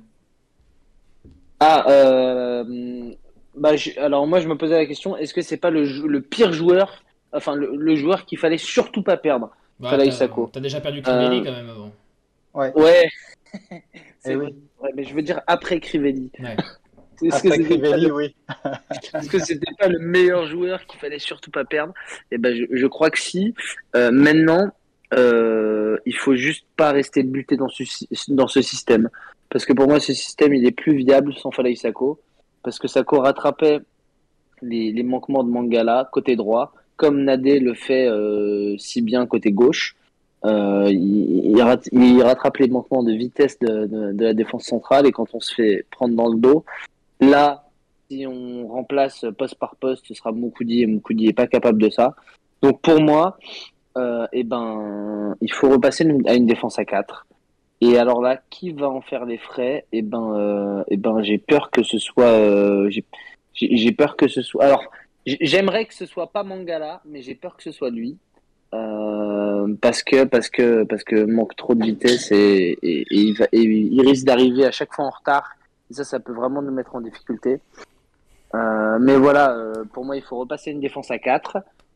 Ah, euh, bah, je, alors moi je me posais la question, est-ce que c'est pas le, le pire joueur, enfin le, le joueur qu'il fallait surtout pas perdre, bah, Falaï Sacco? T'as déjà perdu Crivelli euh... quand même avant. Ouais. Ouais. C'est vrai. Ouais, mais je veux dire après Crivelli. Ouais. Est-ce après que Crivelli, le... oui. Est-ce que c'était pas le meilleur joueur qu'il fallait surtout pas perdre? Eh ben, je, je crois que si. Euh, maintenant, euh, il faut juste pas rester buté dans ce dans ce système, parce que pour moi, ce système, il est plus viable sans Falaï Sacco, parce que Sacco rattrapait les, les manquements de Mangala côté droit, comme Nadé le fait euh, si bien côté gauche. Euh, il, il, rat, il rattrape les manquements de vitesse de, de, de la défense centrale, et quand on se fait prendre dans le dos, là, si on remplace poste par poste, ce sera Moukoudi, et Moukoudi est pas capable de ça. Donc pour moi, euh, eh ben, il faut repasser à une défense à quatre. Et alors là, qui va en faire les frais? Eh ben, euh, eh ben, j'ai peur que ce soit, euh, j'ai, j'ai peur que ce soit. Alors, j'aimerais que ce soit pas Mangala, mais j'ai peur que ce soit lui, euh, parce que parce que parce que manque trop de vitesse et, et, et, il, va, et il risque d'arriver à chaque fois en retard. Et ça, ça peut vraiment nous mettre en difficulté. Euh, mais voilà, euh, pour moi, il faut repasser une défense à quatre,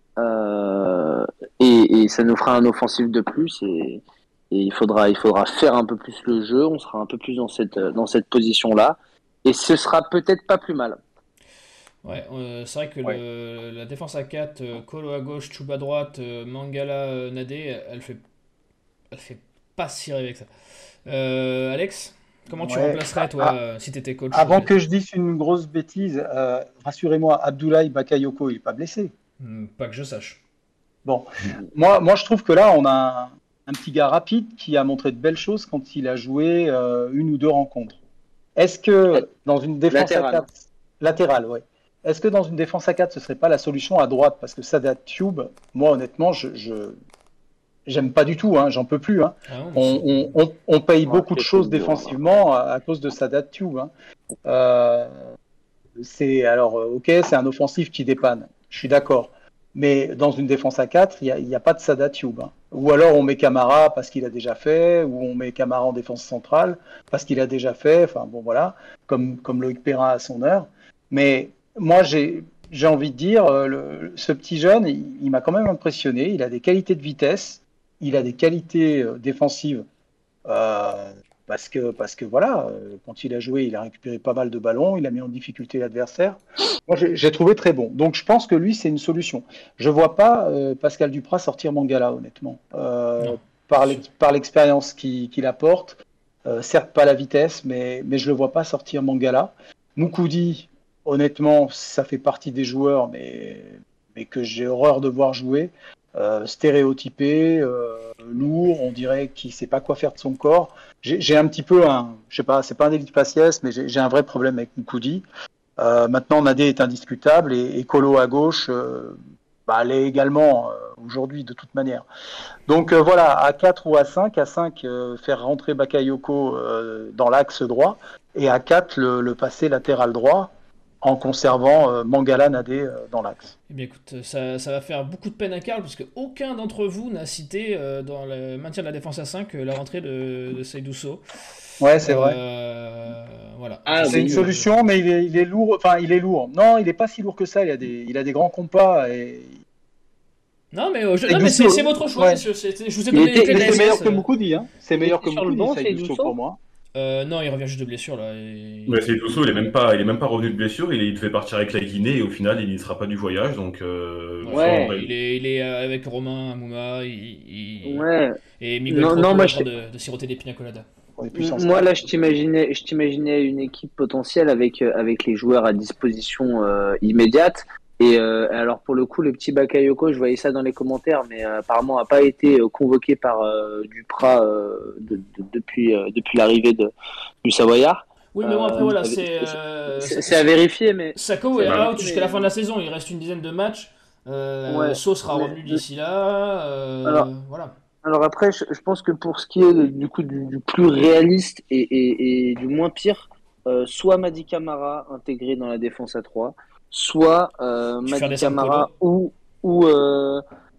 euh, et, et ça nous fera un offensif de plus. Et, Et il faudra, il faudra faire un peu plus le jeu. On sera un peu plus dans cette, dans cette position-là. Et ce sera peut-être pas plus mal. Ouais, euh, c'est vrai que Ouais. le, la défense à quatre, euh, Kolo à gauche, Chub à droite, euh, Mangala, euh, Nadé, elle fait, elle fait pas si rêver que ça. Euh, Alex, comment tu Ouais. remplacerais, toi, Ah, euh, si tu étais coach? avant que je dise une grosse bêtise, euh, rassurez-moi, Abdoulaye Bakayoko, il n'est pas blessé. Hmm, Pas que je sache. Bon, moi, moi je trouve que là, on a un, un petit gars rapide qui a montré de belles choses quand il a joué euh, une ou deux rencontres. Est-ce que dans une défense à Latéral. quatre, latérale, ouais. Est-ce que dans une défense à quatre, ce serait pas la solution à droite? Parce que Sadat Tube, moi honnêtement, je, je j'aime pas du tout, hein, j'en peux plus. Hein. Ah non, mais On, c'est- on, on, on paye Ouais, beaucoup de c'est choses dur, hein. défensivement à, à cause de Sadat Tube. Hein. Euh, c'est alors euh, ok, c'est un offensif qui dépanne. Je suis d'accord. Mais dans une défense à quatre, il n'y a, il y a pas de Sadat Tube. Hein. Ou alors on met Camara parce qu'il a déjà fait, ou on met Camara en défense centrale parce qu'il a déjà fait. Enfin bon voilà, comme, comme Loïc Perrin à son heure. Mais moi j'ai j'ai envie de dire, euh, le, ce petit jeune, il, il m'a quand même impressionné. Il a des qualités de vitesse, il a des qualités euh, défensives. Euh, parce que, parce que voilà, euh, quand il a joué, il a récupéré pas mal de ballons, il a mis en difficulté l'adversaire. Moi, j'ai j'ai trouvé très bon. Donc, je pense que lui, c'est une solution. Je vois pas euh, Pascal Duprat sortir Mangala, honnêtement, euh, non, par c'est sûr. l'ex- par l'expérience qu'il qu'il apporte. Euh, certes, pas la vitesse, mais, mais je le vois pas sortir Mangala. Moukoudi, honnêtement, ça fait partie des joueurs, mais, mais que j'ai horreur de voir jouer. Euh, stéréotypé, euh, lourd, on dirait qu'il sait pas quoi faire de son corps. J'ai j'ai un petit peu un, je sais pas, c'est pas un délit de faciès, mais j'ai j'ai un vrai problème avec Moukoudi. Euh, maintenant, Nadé est indiscutable et, et Kolo à gauche, euh, bah, l'est également euh, aujourd'hui de toute manière. Donc euh, voilà, à quatre ou à cinq, à cinq, euh, faire rentrer Bakayoko euh, dans l'axe droit et à quatre, le, le passer latéral droit en conservant euh, Mangala Nadé euh, dans l'axe. Eh bien écoute, ça, ça va faire beaucoup de peine à Karl, parce qu'aucun d'entre vous n'a cité euh, dans le maintien de la défense à cinq euh, la rentrée de, de Seydou Sow. Ouais, c'est vrai. Euh, voilà. Ah, Je C'est sais une oui. que- solution, mais il est, il est lourd. Enfin, il est lourd. Non, il est pas si lourd que ça. Il a des, il a des grands compas et Non, mais, euh, je- Et non, mais c'est Douceau, c'est votre choix, ouais. messieurs. C'est- c'est- je vous ai Il donné les était- clés de Mais la c'est meilleur S S. que Moukoudi, hein. C'est meilleur que était sur le Moukoudi, banc, ça, c'est Douceau, Douceau pour moi. Euh, non, il revient juste de blessure, là. et- Ouais, c'est Dosso, il est même pas, il est même pas revenu de blessure. Il, est- il devait partir avec la Guinée et au final, il n'y sera pas du voyage. Donc, euh, Voilà. ça, en Ouais. vrai, Il est, il est euh, avec Romain Amouma il- il- Ouais. et Miguel Non, Trotto non, moi, en je train t'ai- de, de siroter des pina coladas. On est puissance Moi, quatre. là, je t'imaginais, je t'imaginais une équipe potentielle avec, euh, avec les joueurs à disposition euh, immédiate. Et euh, alors, pour le coup, le petit Bakayoko, je voyais ça dans les commentaires, mais euh, apparemment n'a pas été euh, convoqué par euh, Duprat euh, de- de- depuis, euh, depuis l'arrivée de, du Savoyard. Oui, mais bon, après, Euh, voilà, c'est- c'est. euh, C'est c'est- c'est à vérifier, mais Sako c'est est à out vérifier, jusqu'à mais- la fin de la saison, il reste une dizaine de matchs. Euh, Ouais, So sera mais- revenu d'ici là. euh, Alors- voilà. Alors après, je, je pense que pour ce qui est de- du coup du, du plus réaliste et, et, et du moins pire, euh, soit Madi Camara intégré dans la défense à trois, soit euh, Tu fais Madi redescendre Camara ou ou euh,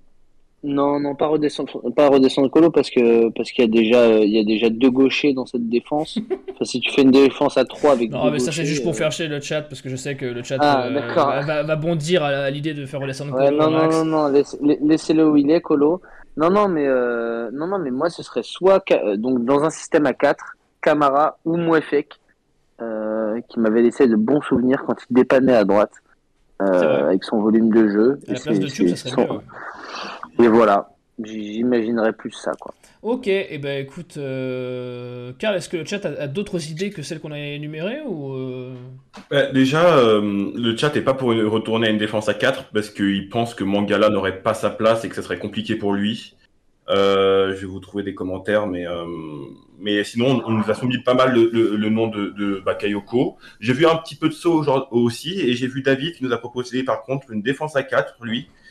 non non pas redescendre pas redescendre Colo parce que parce qu'il y a déjà euh, il y a déjà deux gauchers dans cette défense. Enfin, si tu fais une défense à trois avec Non, deux mais ça, c'est gauchers, juste pour euh, faire chier le chat, parce que je sais que le chat Ah, euh, d'accord. va, va- va bondir à, à l'idée de faire redescendre Ouais, Kolo non, dans non, l'axe. non, non, laisse- la- laissez-le où il est, Colo. Non, non, mais, euh, non, non, mais moi, ce serait soit, Ka- euh, donc, dans un système à quatre, Camara ou Mouefek, euh, qui m'avait laissé de bons souvenirs quand il dépannait à droite, euh, C'est vrai. avec son volume de jeu. À la Et place de c'est- Tube, ça c'est serait son- mieux. ouais. Et voilà. J'imaginerais plus ça, quoi. Ok, et ben écoute, euh, Karl, est-ce que le chat a, a d'autres idées que celles qu'on a énumérées ou euh, Ouais, déjà, euh, le chat est pas pour une- retourner à une défense à quatre parce qu'il pense que Mangala n'aurait pas sa place et que ce serait compliqué pour lui. Euh, je vais vous trouver des commentaires, mais euh, mais sinon, on, on nous a soumis pas mal le, le, le nom de, de Bakayoko. J'ai vu un petit peu de saut aussi et j'ai vu David qui nous a proposé par contre une défense à quatre, lui.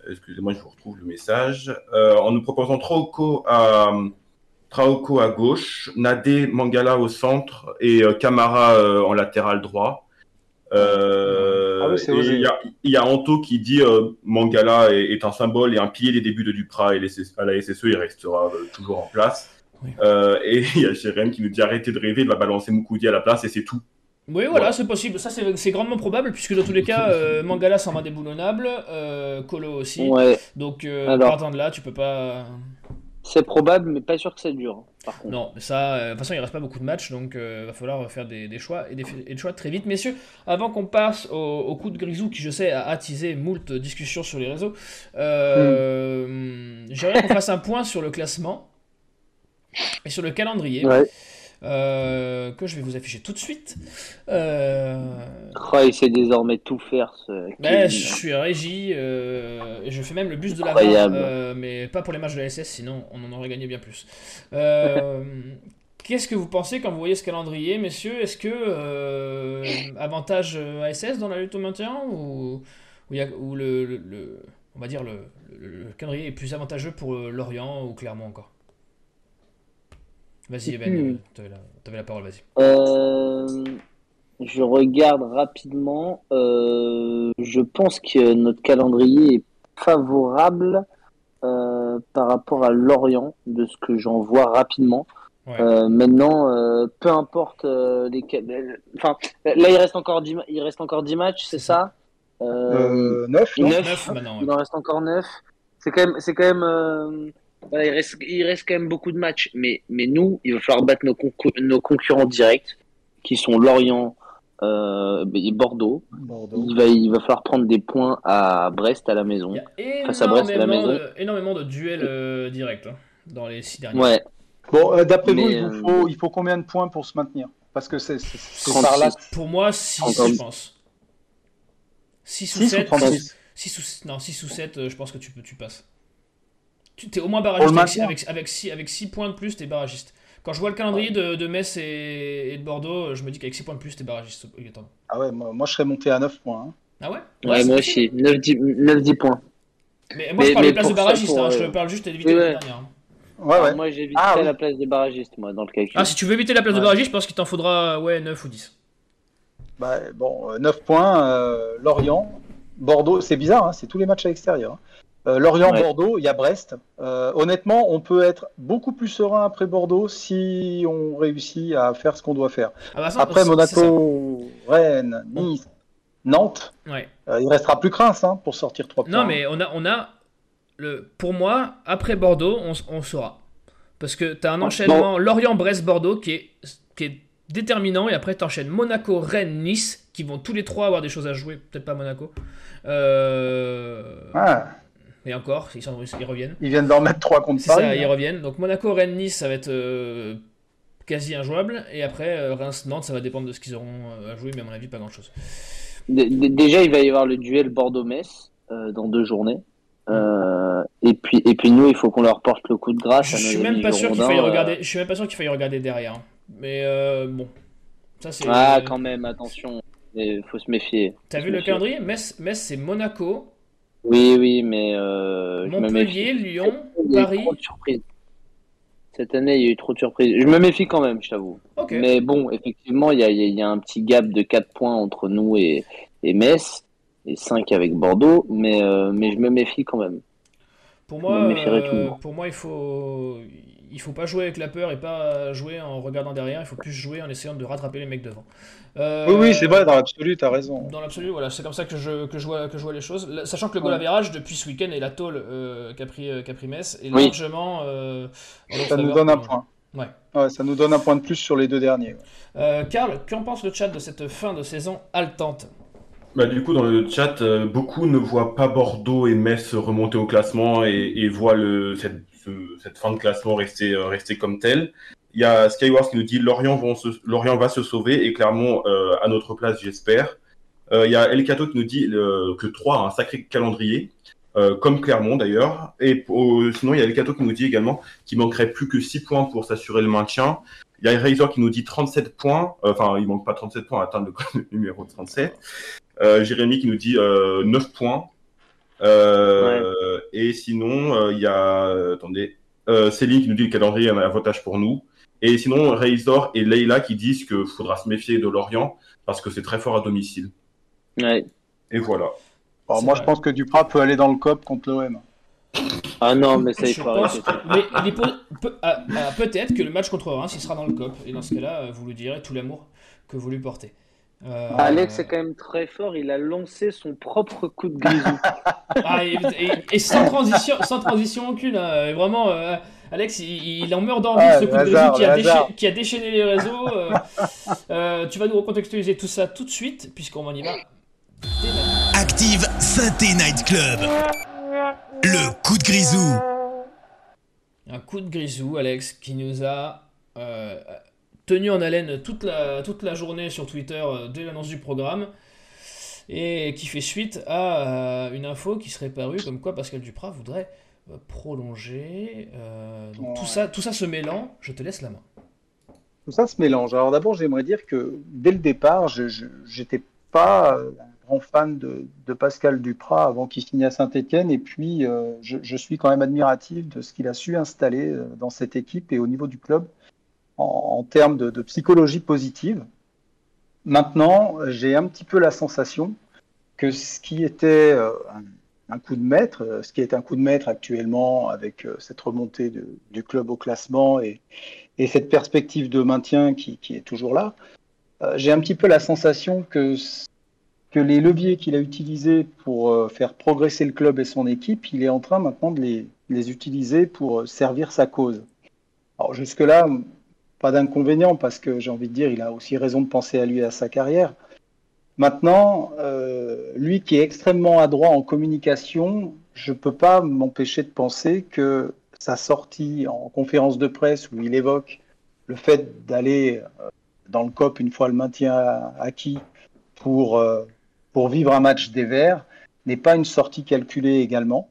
excusez-moi, je vous retrouve le message, euh, en nous proposant Traoko à, Traoko à gauche, Nadé Mangala au centre et euh, Camara euh, en latéral droit. Euh, ah oui, c'est et osé. il y a, il y a Anto qui dit euh, Mangala est, est un symbole et un pilier des débuts de Duprat et les, à la S S E, il restera euh, toujours en place. Oui. Euh, et il y a Jérém qui nous dit arrêtez de rêver, il va balancer Moukoudi à la place et c'est tout. Oui, voilà, ouais. C'est possible. Ça, c'est, c'est grandement probable, puisque dans tous les cas, euh, Mangala s'en va déboulonnable, euh, Kolo aussi. Ouais. Donc, euh, partant de là, tu peux pas. C'est probable, mais pas sûr que ça dure. Par contre. Non, mais ça, euh, de toute façon, il reste pas beaucoup de matchs, donc il euh, va falloir faire des, des choix et des, et des choix très vite. Messieurs, avant qu'on passe au, au coup de Grisou, qui je sais a attisé moult discussions sur les réseaux, euh, mm. j'aimerais qu'on fasse un point sur le classement et sur le calendrier. Ouais. Euh, que je vais vous afficher tout de suite. Euh... Oh, il sait désormais tout faire. Ce... Ben, je suis à régie euh, et je fais même le bus de la V A R, euh, mais pas pour les matchs de la S S, sinon on en aurait gagné bien plus. Euh, qu'est-ce que vous pensez quand vous voyez ce calendrier, messieurs? Est-ce que euh, avantage A S S dans la lutte au maintien ou, ou, y a, ou le, le, le, on va dire le, le, le calendrier est plus avantageux pour Lorient ou Clermont encore? Vas-y, Ben, mmh. t'avais, la, t'avais la parole, vas-y. Euh, je regarde rapidement. Euh, je pense que notre calendrier est favorable euh, par rapport à Lorient, de ce que j'en vois rapidement. Ouais. Euh, maintenant, euh, peu importe euh, les. Enfin, là, il reste encore dix, il reste encore dix matchs, c'est ça euh, neuf, neuf maintenant. Ouais. Il en reste encore neuf. C'est quand même. C'est quand même euh, Voilà, il, reste, il reste quand même beaucoup de matchs, mais, mais nous, il va falloir battre nos, concou- nos concurrents directs, qui sont Lorient euh, et Bordeaux. Bordeaux. Il, va, il va falloir prendre des points à Brest à la maison. Il y a face à Brest à la maison. De, énormément de duels euh, directs hein, dans les six derniers. Ouais. Bon, euh, d'après mais, vous, il, vous faut, il faut combien de points pour se maintenir? Parce que c'est, c'est, c'est par là. Pour moi, six, je pense. six ou sept. six ou, non, six ou sept, euh, je pense que tu, peux, tu passes. Tu es au moins barragiste avec, avec, six, avec six points de plus, t'es barragiste. Quand je vois le calendrier de, de Metz et, et de Bordeaux, je me dis qu'avec six points de plus, t'es barragiste. Ah ouais, moi, moi je serais monté à neuf points. Hein. Ah ouais? Ouais, ouais moi aussi, neuf dix points. Mais moi mais, je parle des places de barragiste, pour, hein, euh... je parle juste d'éviter ouais. la dernière. Ouais, ouais. Moi j'éviterais ah, la place des barragistes, moi, dans le calcul. Ah, si tu veux éviter la place ouais. de barragiste, je pense qu'il t'en faudra ouais, neuf ou dix. Bah, bon, euh, neuf points, euh, Lorient, Bordeaux, c'est bizarre, hein, c'est tous les matchs à l'extérieur. Hein. Euh, Lorient-Bordeaux, ouais. Il y a Brest. Euh, honnêtement, on peut être beaucoup plus serein après Bordeaux si on réussit à faire ce qu'on doit faire. Ah bah ça, après c'est, Monaco, c'est Rennes, Nice, Nantes, ouais. euh, il restera plus crainte hein, pour sortir trois points. Non, mais on a, on a le, pour moi, après Bordeaux, on, on saura. Parce que tu as un enchaînement bon. Lorient-Brest-Bordeaux qui est, qui est déterminant et après tu enchaînes Monaco, Rennes, Nice qui vont tous les trois avoir des choses à jouer. Peut-être pas Monaco. Euh... Ah. Et encore, ils, sont, ils reviennent. Ils viennent d'en mettre trois contre c'est Paris. Ça, hein. Ils reviennent. Donc Monaco, Rennes, Nice, ça va être euh, quasi injouable. Et après, euh, Reims, Nantes, ça va dépendre de ce qu'ils auront à jouer, mais à mon avis, pas grand-chose. Déjà, il va y avoir le duel Bordeaux-Metz euh, dans deux journées. Euh, et, puis, et puis nous, il faut qu'on leur porte le coup de grâce. Je suis même pas sûr qu'il faille regarder. Je suis même pas sûr qu'il faille regarder derrière. Mais euh, bon, ça c'est. Ah, quand même, attention. Il faut se méfier. T'as vu le calendrier? Metz, Metz, c'est Monaco. Oui, oui, mais euh, Montpellier, Lyon, Paris. Cette année, il y a eu trop de surprises. Je me méfie quand même, je t'avoue. Okay. Mais bon, effectivement, il y a, il y a un petit gap de quatre points entre nous et, et Metz, et cinq avec Bordeaux, mais, euh, mais je me méfie quand même. Pour moi, euh, pour moi, il faut, il faut pas jouer avec la peur et pas jouer en regardant derrière. Il faut plus jouer en essayant de rattraper les mecs devant. Euh, oui, oui, c'est vrai, dans l'absolu, t'as raison. Dans l'absolu, voilà, c'est comme ça que je, que je, vois, que je vois les choses. Sachant que le goal ouais. average, depuis ce week-end, et la tôle euh, qu'a pris, euh, qu'a pris Metz, est oui. largement. Euh, ça nous donne un point. Ouais. Ouais, ça nous donne un point de plus sur les deux derniers. Ouais. Euh, Karl, qu'en pense le chat de cette fin de saison haletante? Bah, du coup, dans le chat, euh, beaucoup ne voient pas Bordeaux et Metz remonter au classement et, et voient le, cette, ce, cette fin de classement rester, euh, rester comme telle. Il y a Skywars qui nous dit Lorient, vont se, Lorient va se sauver et Clermont euh, à notre place, j'espère. Euh, il y a El Cato qui nous dit le, que trois a un sacré calendrier, euh, comme Clermont d'ailleurs. Et pour, sinon, il y a El Cato qui nous dit également qu'il manquerait plus que six points pour s'assurer le maintien. Il y a Razor qui nous dit trente-sept points. Enfin, euh, il manque pas trente-sept points à atteindre le numéro trente-sept. Euh, Jérémy qui nous dit euh, neuf points. Euh, ouais. Et sinon, il euh, y a, euh, attendez, euh, Céline qui nous dit le calendrier est un avantage pour nous. Et sinon, Razor et Leïla qui disent qu'il faudra se méfier de Lorient parce que c'est très fort à domicile. Ouais. Et voilà. Alors, moi, vrai. Je pense que Duprat peut aller dans le C O P contre l'O M. Ah non, mais ça, il je faut pense, arrêter. Mais il est po- pe- ah, ah, peut-être que le match contre Reims, il sera dans le C O P. Et dans ce cas-là, vous lui direz tout l'amour que vous lui portez. Euh... Alex est quand même très fort, il a lancé son propre coup de grisou. ah, et, et, et sans transition, sans transition aucune. Hein. Vraiment, euh, Alex, il, il en meurt d'envie ah, de ce coup hasard, de grisou qui a, décha- qui a déchaîné les réseaux. Euh, euh, tu vas nous recontextualiser tout ça tout de suite, puisqu'on y va. Active Synthé Night Club. Le coup de grisou. Un coup de grisou, Alex, qui nous a euh, tenu en haleine toute la, toute la journée sur Twitter euh, dès l'annonce du programme et qui fait suite à euh, une info qui serait parue comme quoi Pascal Duprat voudrait euh, prolonger. Euh, donc ouais. tout, ça, tout ça se mêlant, je te laisse la main. Tout ça se mélange. Alors d'abord, j'aimerais dire que dès le départ, je n'étais pas un grand fan de, de Pascal Duprat avant qu'il signe à Saint-Etienne et puis euh, je, je suis quand même admiratif de ce qu'il a su installer euh, dans cette équipe et au niveau du club en, en termes de, de psychologie positive. Maintenant, j'ai un petit peu la sensation que ce qui était euh, un, un coup de maître, euh, ce qui est un coup de maître actuellement avec euh, cette remontée de, du club au classement et, et cette perspective de maintien qui, qui est toujours là, euh, j'ai un petit peu la sensation que, que les leviers qu'il a utilisés pour euh, faire progresser le club et son équipe, il est en train maintenant de les, les utiliser pour servir sa cause. Alors jusque-là, pas d'inconvénient parce que j'ai envie de dire, il a aussi raison de penser à lui et à sa carrière. Maintenant, euh, lui qui est extrêmement adroit en communication, je ne peux pas m'empêcher de penser que sa sortie en conférence de presse où il évoque le fait d'aller dans le C O P une fois le maintien acquis pour, euh, pour vivre un match des Verts n'est pas une sortie calculée également.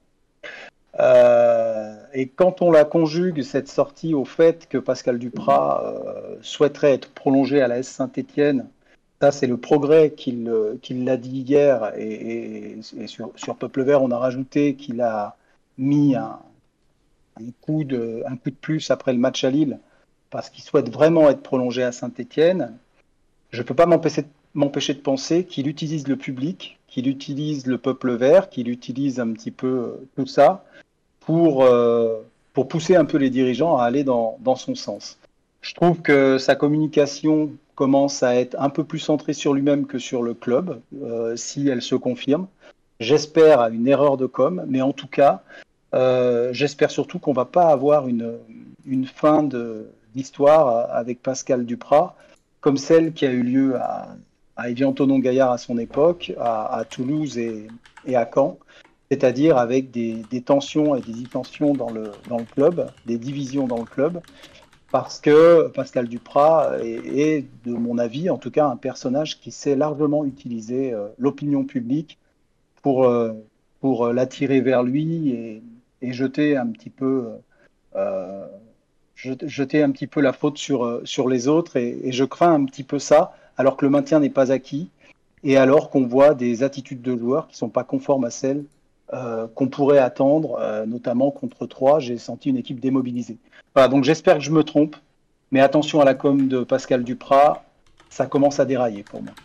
Euh, et quand on la conjugue, cette sortie, au fait que Pascal Duprat euh, souhaiterait être prolongé à la S Saint-Etienne, ça c'est le progrès qu'il, qu'il l'a dit hier, et, et, et sur, sur Peuple Vert, on a rajouté qu'il a mis un, un, coup de, un coup de plus après le match à Lille, parce qu'il souhaite vraiment être prolongé à Saint-Etienne. Je ne peux pas m'empêcher, m'empêcher de penser qu'il utilise le public, qu'il utilise le Peuple Vert, qu'il utilise un petit peu tout ça, pour, euh, pour pousser un peu les dirigeants à aller dans, dans son sens. Je trouve que sa communication commence à être un peu plus centrée sur lui-même que sur le club, euh, si elle se confirme. J'espère à une erreur de com', mais en tout cas, euh, j'espère surtout qu'on ne va pas avoir une, une fin de, d'histoire avec Pascal Duprat, comme celle qui a eu lieu à, à Évian-Thonon-Gaillard à son époque, à, à Toulouse et, et à Caen, c'est-à-dire avec des, des tensions et des dissensions dans le, dans le club, des divisions dans le club, parce que Pascal Duprat est, est, de mon avis, en tout cas, un personnage qui sait largement utiliser euh, l'opinion publique pour, euh, pour l'attirer vers lui et, et jeter un petit peu, euh, jeter un petit peu la faute sur, sur les autres. Et, et je crains un petit peu ça, alors que le maintien n'est pas acquis et alors qu'on voit des attitudes de joueurs qui ne sont pas conformes à celles Euh, qu'on pourrait attendre, euh, notamment contre Troyes. J'ai senti une équipe démobilisée. Voilà, donc j'espère que je me trompe, mais attention à la com de Pascal Duprat, ça commence à dérailler pour moi.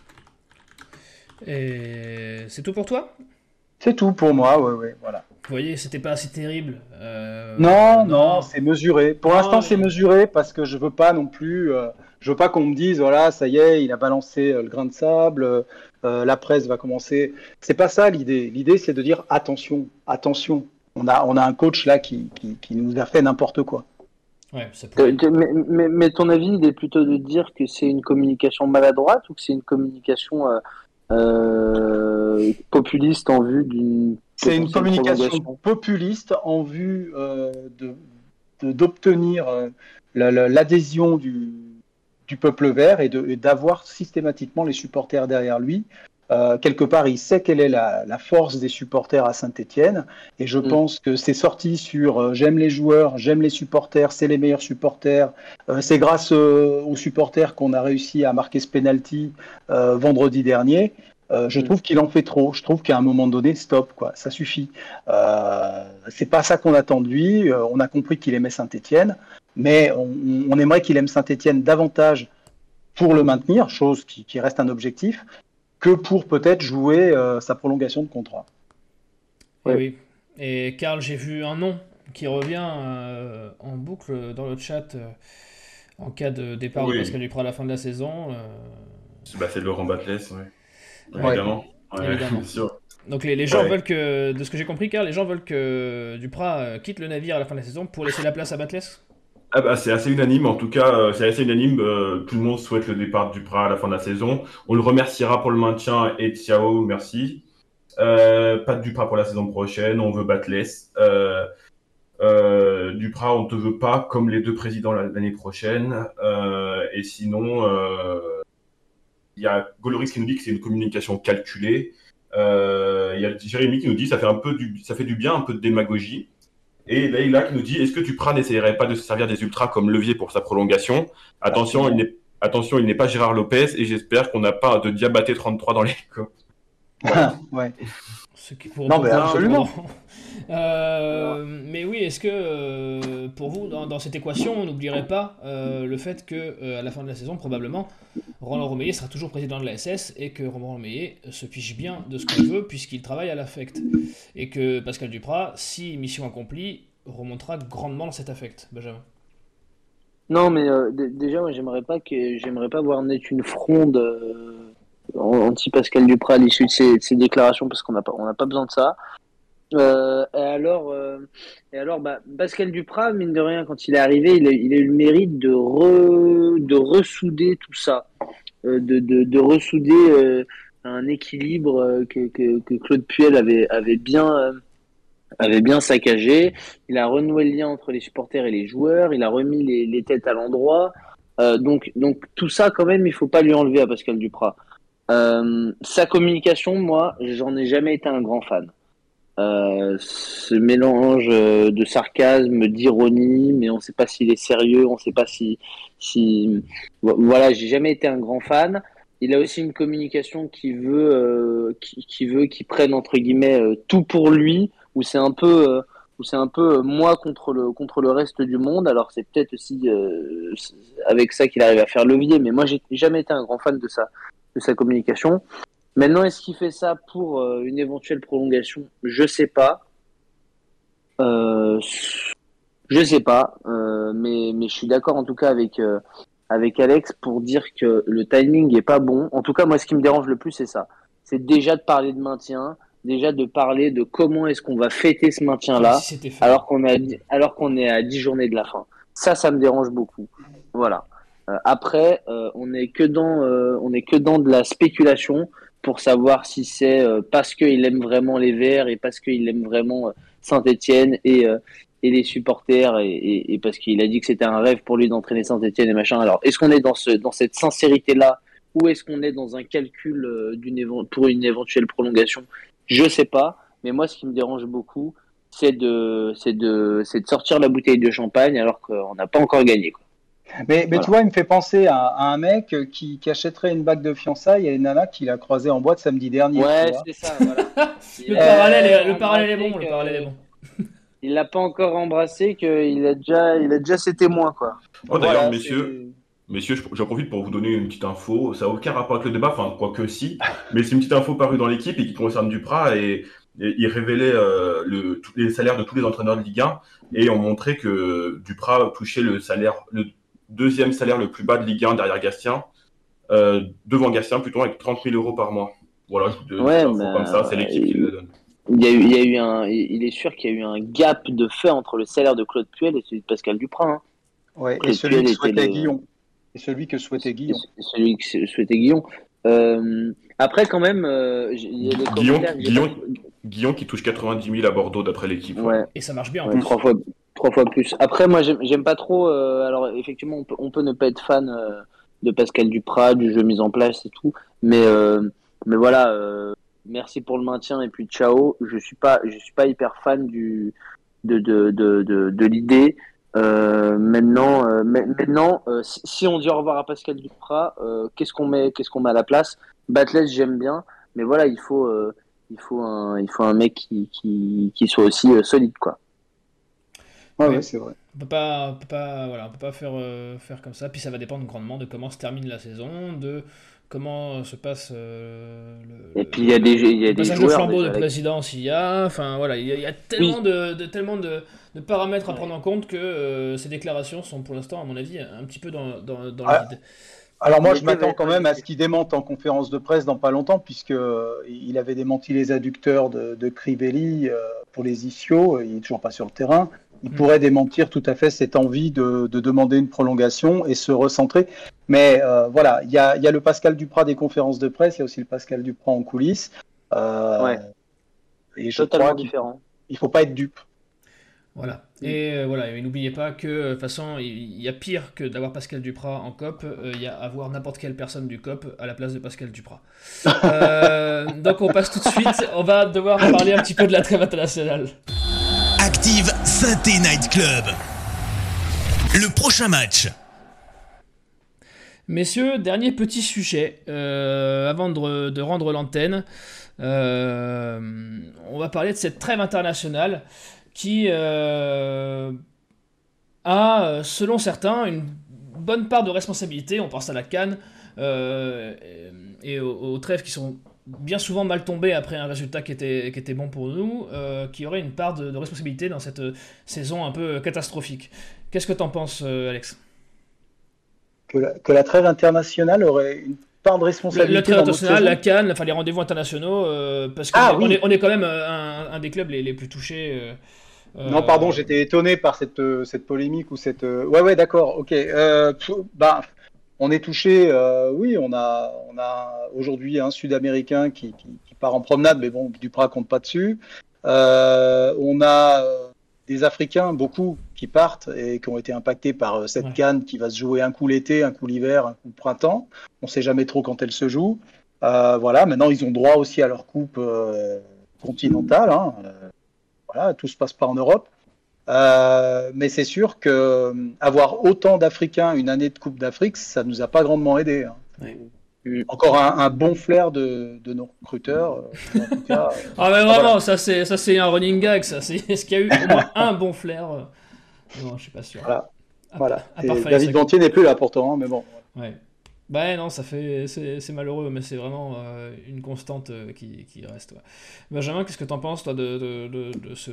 Et c'est tout pour toi ? C'est tout pour moi, oui, oui, voilà. Vous voyez, c'était pas assez terrible. Euh... Non, non, non, c'est mesuré. Pour non, l'instant, mais... c'est mesuré parce que je veux pas non plus. Euh, je veux pas qu'on me dise, voilà, ça y est, il a balancé euh, le grain de sable. Euh, la presse va commencer. C'est pas ça l'idée. L'idée, c'est de dire attention, attention. On a, on a un coach là qui, qui, qui nous a fait n'importe quoi. Ouais, ça pourrait... mais, mais, mais ton avis, il est plutôt de dire que c'est une communication maladroite ou que c'est une communication euh, euh, populiste en vue d'une. C'est une communication populiste en vue euh, de, de, d'obtenir euh, la, la, l'adhésion du, du peuple vert et, de, et d'avoir systématiquement les supporters derrière lui. Euh, quelque part, il sait quelle est la, la force des supporters à Saint-Etienne et je mmh. pense que c'est sorti sur euh, j'aime les joueurs, j'aime les supporters, c'est les meilleurs supporters. Euh, c'est grâce euh, aux supporters qu'on a réussi à marquer ce penalty euh, vendredi dernier. Euh, je Mm. trouve qu'il en fait trop. Je trouve qu'à un moment donné, stop, quoi, ça suffit. Euh, c'est pas ça qu'on attend de lui. Euh, on a compris qu'il aimait Saint-Étienne, mais on, on aimerait qu'il aime Saint-Étienne davantage pour le maintenir, chose qui, qui reste un objectif, que pour peut-être jouer euh, sa prolongation de contrat. Et Ouais. oui. Et Karl, j'ai vu un nom qui revient euh, en boucle dans le chat euh, en cas de départ de Oui, Pascal Duprat à la fin de la saison. euh, c'est bah, c'est Laurent Batles, ouais. Ouais, Évidemment. Ouais, évidemment. bien sûr. Donc les, les gens Ouais. veulent que, de ce que j'ai compris, Karl, les gens veulent que Duprat euh, quitte le navire à la fin de la saison pour laisser la place à Batles. Ah bah, c'est assez unanime, en tout cas, euh, c'est assez unanime. Euh, tout le monde souhaite le départ du Duprat à la fin de la saison. On le remerciera pour le maintien et ciao, merci. Euh, pas de Duprat pour la saison prochaine, on veut Batles. Euh, euh, Duprat, on te veut pas, comme les deux présidents l'année prochaine. Euh, et sinon, euh, il y a Goloris qui nous dit que c'est une communication calculée. Euh, Il y a Jérémy qui nous dit ça fait un peu du, ça fait du bien, un peu de démagogie. Et Leïla qui nous dit est-ce que Duprat n'essayerait pas de se servir des ultras comme levier pour sa prolongation? Attention, il n'est, attention, il n'est pas Gérard Lopez et j'espère qu'on n'a pas de Diabaté trente-trois dans les cops. Voilà. Ouais. Ce qui pour Non, pour- mais pour- absolument. pour- Euh, mais oui, est-ce que euh, pour vous, dans, dans cette équation, on n'oublierait pas euh, le fait que euh, à la fin de la saison, probablement, Roland Romeillet sera toujours président de la S S et que Roland Romeillet se fiche bien de ce qu'on veut puisqu'il travaille à l'affect et que Pascal Duprat, si mission accomplie, remontera grandement dans cet affect. Benjamin. Non, mais euh, d- déjà, moi, j'aimerais pas que j'aimerais pas voir naître une fronde euh, anti Pascal Duprat à l'issue de ces, de ces déclarations parce qu'on n'a pas on n'a pas besoin de ça. Euh, et alors, euh, et alors, bah, Pascal Duprat, mine de rien, quand il est arrivé, il a, il a eu le mérite de re, de ressouder tout ça, euh, de, de, de ressouder euh, un équilibre euh, que, que, que Claude Puel avait, avait bien, euh, avait bien saccagé. Il a renoué le lien entre les supporters et les joueurs. Il a remis les, les têtes à l'endroit. Euh, donc, donc tout ça, quand même, il faut pas lui enlever à Pascal Duprat. Euh, sa communication, moi, j'en ai jamais été un grand fan. Euh, ce mélange euh, de sarcasme, d'ironie, mais on ne sait pas s'il est sérieux, on ne sait pas si, si, voilà, j'ai jamais été un grand fan. Il a aussi une communication qui veut, euh, qui, qui veut qu'il prenne entre guillemets euh, tout pour lui, où c'est un peu, euh, où c'est un peu euh, moi contre le contre le reste du monde. Alors c'est peut-être aussi euh, avec ça qu'il arrive à faire levier, mais moi j'ai jamais été un grand fan de sa de sa communication. Maintenant, est-ce qu'il fait ça pour euh, une éventuelle prolongation? Je sais pas. Euh, je sais pas. Euh, mais, mais je suis d'accord en tout cas avec, euh, avec Alex pour dire que le timing est pas bon. En tout cas, moi, ce qui me dérange le plus, c'est ça. C'est déjà de parler de maintien, déjà de parler de comment est-ce qu'on va fêter ce maintien-là, Si c'était fait. alors qu'on est, à, alors qu'on est à dix journées de la fin. Ça, ça me dérange beaucoup. Voilà. Euh, après, euh, on est que dans, euh, on est que dans de la spéculation pour savoir si c'est euh, parce qu'il aime vraiment les Verts et parce qu'il aime vraiment euh, Saint-Étienne et, euh, et les supporters et, et, et parce qu'il a dit que c'était un rêve pour lui d'entraîner Saint-Étienne et machin. Alors, est-ce qu'on est dans, ce, dans cette sincérité-là ou est-ce qu'on est dans un calcul euh, d'une évo- pour une éventuelle prolongation? Je sais pas, mais moi, ce qui me dérange beaucoup, c'est de, c'est de, c'est de sortir la bouteille de champagne alors qu'on n'a pas encore gagné, quoi. Mais, mais Voilà. tu vois, il me fait penser à, à un mec qui, qui achèterait une bague de fiançailles à une nana qu'il a croisée en boîte samedi dernier. Ouais, tu vois. c'est ça, voilà. Le Il Euh, a- parallèle est, le embrassé parallèle est bon. que- Le parallèle est bon. Il l'a pas encore embrassé, qu'il a déjà, il a déjà ses témoins, quoi. Oh, d'ailleurs, Voilà, messieurs, messieurs, je- j'en profite pour vous donner une petite info. Ça n'a aucun rapport avec le débat, enfin, quoique si, mais c'est une petite info parue dans l'équipe et qui concerne Duprat. Et, et il révélait euh, le, tous les salaires de tous les entraîneurs de Ligue un et on montrait que Duprat touchait le salaire, le deuxième salaire le plus bas de Ligue un derrière Gastien, euh, devant Gastien plutôt, avec trente mille euros par mois. Voilà, je vous donne Ouais, une info mais, comme ça, c'est l'équipe qui euh, le donne. Il y a eu, il y a eu un, il est sûr qu'il y a eu un gap de fait entre le salaire de Claude Puel et celui de Pascal Duprat, hein. Ouais, et Claude celui Puel que était souhaitait le- Guillaume. Et celui que souhaitait Guillaume. Et celui que souhaitait Guillaume. Euh, après, quand même, euh, il y a des Guillaume, commentaires. que j'ai Guillaume, pas- Guillaume qui touche quatre-vingt-dix mille à Bordeaux d'après l'équipe. Ouais. Et ça marche bien en Ouais, plus. trois fois, trois fois plus. Après, moi, j'aime, j'aime pas trop. euh, alors, effectivement, on peut, on peut ne pas être fan euh, de Pascal Duprat, du jeu mis en place et tout, mais, euh, mais voilà. euh, merci pour le maintien et puis ciao. Je suis pas, je suis pas hyper fan du de de de de, de l'idée. Euh, maintenant, euh, ma- maintenant, euh, si, si on dit au revoir à Pascal Duprat, euh, qu'est-ce qu'on met, qu'est-ce qu'on met à la place? Batles, j'aime bien. mais voilà, il faut, euh, il faut un, il faut un mec qui, qui, qui soit aussi euh, solide, quoi. Ouais, Oui. ouais, c'est vrai. On peut pas, on peut pas, voilà, on peut pas faire, euh, faire comme ça. Puis ça va dépendre grandement de comment se termine la saison, de comment se passe euh, le, Et puis il y a des, il y a le des passage de joueurs flambeau de déjà, avec- président s'il y a. Enfin voilà, il y a, il y a tellement Oui. de, de- tellement de, de paramètres à Ouais. prendre en compte que euh, ces déclarations sont pour l'instant, à mon avis, un petit peu dans, dans, dans le Ah, vide. Alors moi, Il je était m'attends quand ouais, même à ce qu'il démente en conférence de presse dans pas longtemps, puisque euh, il avait démenti les adducteurs de, de Crivelli euh, pour les ischios. Il est toujours pas sur le terrain. Il Mm. pourrait démentir tout à fait cette envie de, de demander une prolongation et se recentrer. Mais euh, voilà, il y a, il y a le Pascal Duprat des conférences de presse, il y a aussi le Pascal Duprat en coulisses. Euh, ouais, et je totalement crois qu'il différent. il faut pas être dupe. Voilà. Et euh, voilà, et n'oubliez pas que de toute façon, il il y a pire que d'avoir Pascal Duprat en COP, euh, il y a avoir n'importe quelle personne du COP à la place de Pascal Duprat. Euh, donc on passe tout de suite, on va devoir parler un petit peu de la trêve internationale. Active Saint-Étienne Night Club. Le prochain match. Messieurs, dernier petit sujet, euh, avant de, de rendre l'antenne, euh, on va parler de cette trêve internationale qui euh, a, selon certains, une bonne part de responsabilité. On pense à la CAN euh, et, et aux, aux trêves qui sont bien souvent mal tombées après un résultat qui était, qui était bon pour nous, euh, qui aurait une part de, de responsabilité dans cette saison un peu catastrophique. Qu'est-ce que t'en penses, euh, Alex ? Que la, que la trêve internationale aurait une part de Le, responsabilité le trêve dans notre international, la saison. CAN, enfin les rendez-vous internationaux, euh, parce qu'on Ah est, on oui. est, on est quand même euh, un, un des clubs les, les plus touchés. euh, Non, pardon, euh, j'étais étonné par cette, euh, cette polémique ou cette. euh, Ouais, ouais, d'accord, ok. Euh, pff, bah, on est touché, euh, oui, on a, on a aujourd'hui un Sud-Américain qui, qui, qui part en promenade, mais bon, Duprat compte pas dessus. Euh, on a euh, des Africains, beaucoup, qui partent et qui ont été impactés par euh, cette Ouais. CAN qui va se jouer un coup l'été, un coup l'hiver, un coup le printemps. On sait jamais trop quand elle se joue. Euh, voilà, maintenant ils ont droit aussi à leur coupe euh, continentale. Hein. Euh, Voilà, tout se passe pas en Europe. Euh, mais c'est sûr que euh, avoir autant d'Africains une année de Coupe d'Afrique, ça nous a pas grandement aidé. Hein. Ouais. Encore un, un bon flair de, de nos recruteurs. euh, En tout cas, euh, Ah mais ah, vraiment, voilà, ça c'est ça c'est un running gag, ça. C'est est-ce qu'il y a eu au moins un bon flair euh, Non, je suis pas sûr. voilà, À, voilà. à part Et Fayez David Sako. Gontier n'est plus là pourtant, hein, mais bon. Ouais. Bah non, ça fait c'est c'est malheureux, mais c'est vraiment euh, une constante euh, qui, qui reste. Ouais. Benjamin, qu'est-ce que t'en penses toi de, de, de, de ce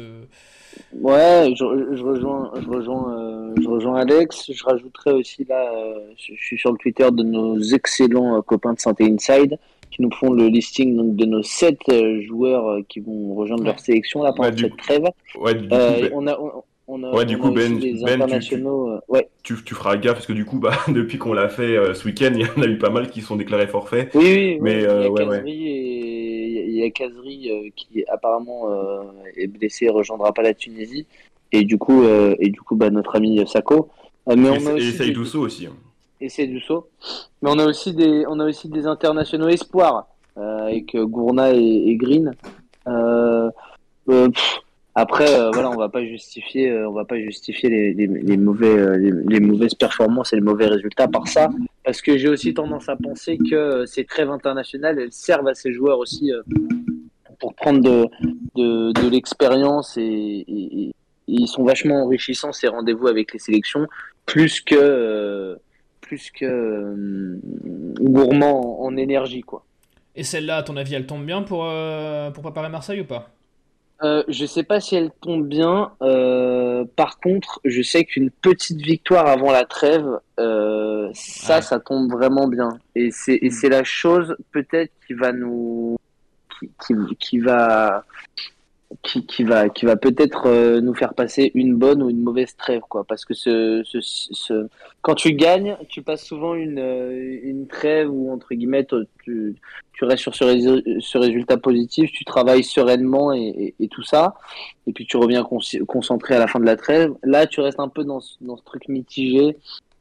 Ouais, je, je rejoins, je rejoins, euh, je rejoins Alex. Je rajouterais aussi là, euh, je, je suis sur le Twitter de nos excellents euh, copains de Santé Inside qui nous font le listing donc, de nos sept euh, joueurs euh, qui vont rejoindre Ouais. leur sélection là pendant Ouais, du cette coup, trêve. ouais, du coup, Euh, et Ben, on a, on, on a, ouais, du on coup, a aussi Ben, des Ben, tu, tu, internationaux. euh, ouais. tu, tu feras gaffe parce que du coup, bah, depuis qu'on l'a fait euh, ce week-end, il y en a eu pas mal qui sont déclarés forfaits. Oui, oui, Mais ouais. Il y euh, a ouais, ouais. Kazri et il y a Kazri euh, qui apparemment euh, est blessé et rejoindra pas la Tunisie. Et du coup, euh, et du coup, bah, notre ami Sako. Euh, mais Et, on a et aussi Saïd des, Ousso aussi. Hein. et c'est du saut. Mais on a aussi des, on a aussi des internationaux espoirs euh, avec euh, Gourna et, et Green. Euh, euh, pff, après, euh, voilà, on va pas justifier, euh, on va pas justifier les, les, les mauvais, euh, les, les mauvaises performances et les mauvais résultats par ça, parce que j'ai aussi tendance à penser que euh, ces trêves internationales, elles servent à ces joueurs aussi euh, pour prendre de, de, de l'expérience et, et, et ils sont vachement enrichissants ces rendez-vous avec les sélections, plus que euh, plus que euh, gourmand en, en énergie, quoi. Et celle-là, à ton avis, elle tombe bien pour euh, pour préparer Marseille ou pas Euh, je sais pas si elle tombe bien. Euh, par contre, je sais qu'une petite victoire avant la trêve, euh, ça, Ouais. ça tombe vraiment bien. Et c'est et c'est la chose peut-être qui va nous qui, qui, qui va qui, qui va qui va peut-être euh, nous faire passer une bonne ou une mauvaise trêve, quoi, parce que ce, ce, ce quand tu gagnes, tu passes souvent une euh, une trêve où entre guillemets tu tu restes sur ce, rés- ce résultat positif, tu travailles sereinement et, et, et tout ça, et puis tu reviens con- concentré à la fin de la trêve. Là, tu restes un peu dans ce, dans ce truc mitigé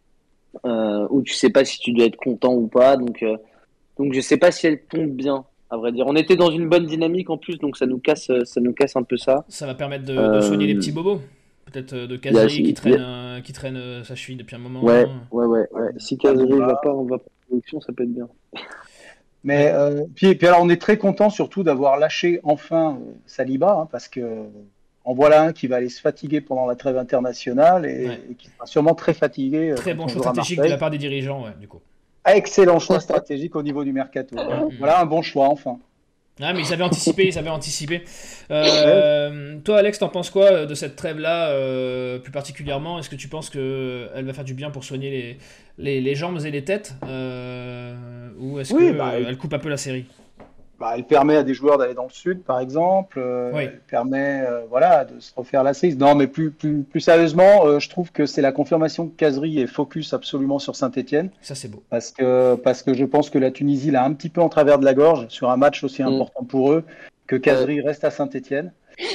euh, où tu sais pas si tu dois être content ou pas, donc euh, donc je sais pas si elle tombe bien, à vrai dire. On était dans une bonne dynamique en plus, donc ça nous casse, ça nous casse un peu ça. Ça va permettre de, de soigner les Euh, petits bobos. Peut-être euh, de il y a- Kazri qui il y traîne, a- euh, qui traîne euh, sa cheville depuis un moment. ouais, ouais, ouais, ouais. Si Kazri Danouba. va pas, on va pas en production, ça peut être bien. Mais euh, puis, puis alors on est très content surtout d'avoir lâché enfin euh, Saliba, hein, parce que en voilà un qui va aller se fatiguer pendant la trêve internationale et, ouais. et qui sera sûrement très fatigué. Très bon choix stratégique de la part des dirigeants, ouais, du coup. Excellent choix stratégique au niveau du mercato. Mmh. Voilà un bon choix enfin. Ah, mais ils avaient anticipé, ils avaient anticipé. Euh, ouais. Toi, Alex, t'en penses quoi de cette trêve-là, euh, plus particulièrement? Est-ce que tu penses qu'elle va faire du bien pour soigner les, les, les jambes et les têtes, euh, ou est-ce oui, qu'elle bah, elle... coupe un peu la série? Bah, elle permet à des joueurs d'aller dans le sud, par exemple. Euh, oui. Elle permet, euh, voilà, de se refaire la cerise. Non, mais plus, plus, plus sérieusement, euh, je trouve que c'est la confirmation que Khazri est focus absolument sur Saint-Etienne. Ça, c'est beau. Parce que, parce que je pense que la Tunisie l'a un petit peu en travers de la gorge sur un match aussi mmh. important pour eux, que Khazri reste à Saint-Etienne.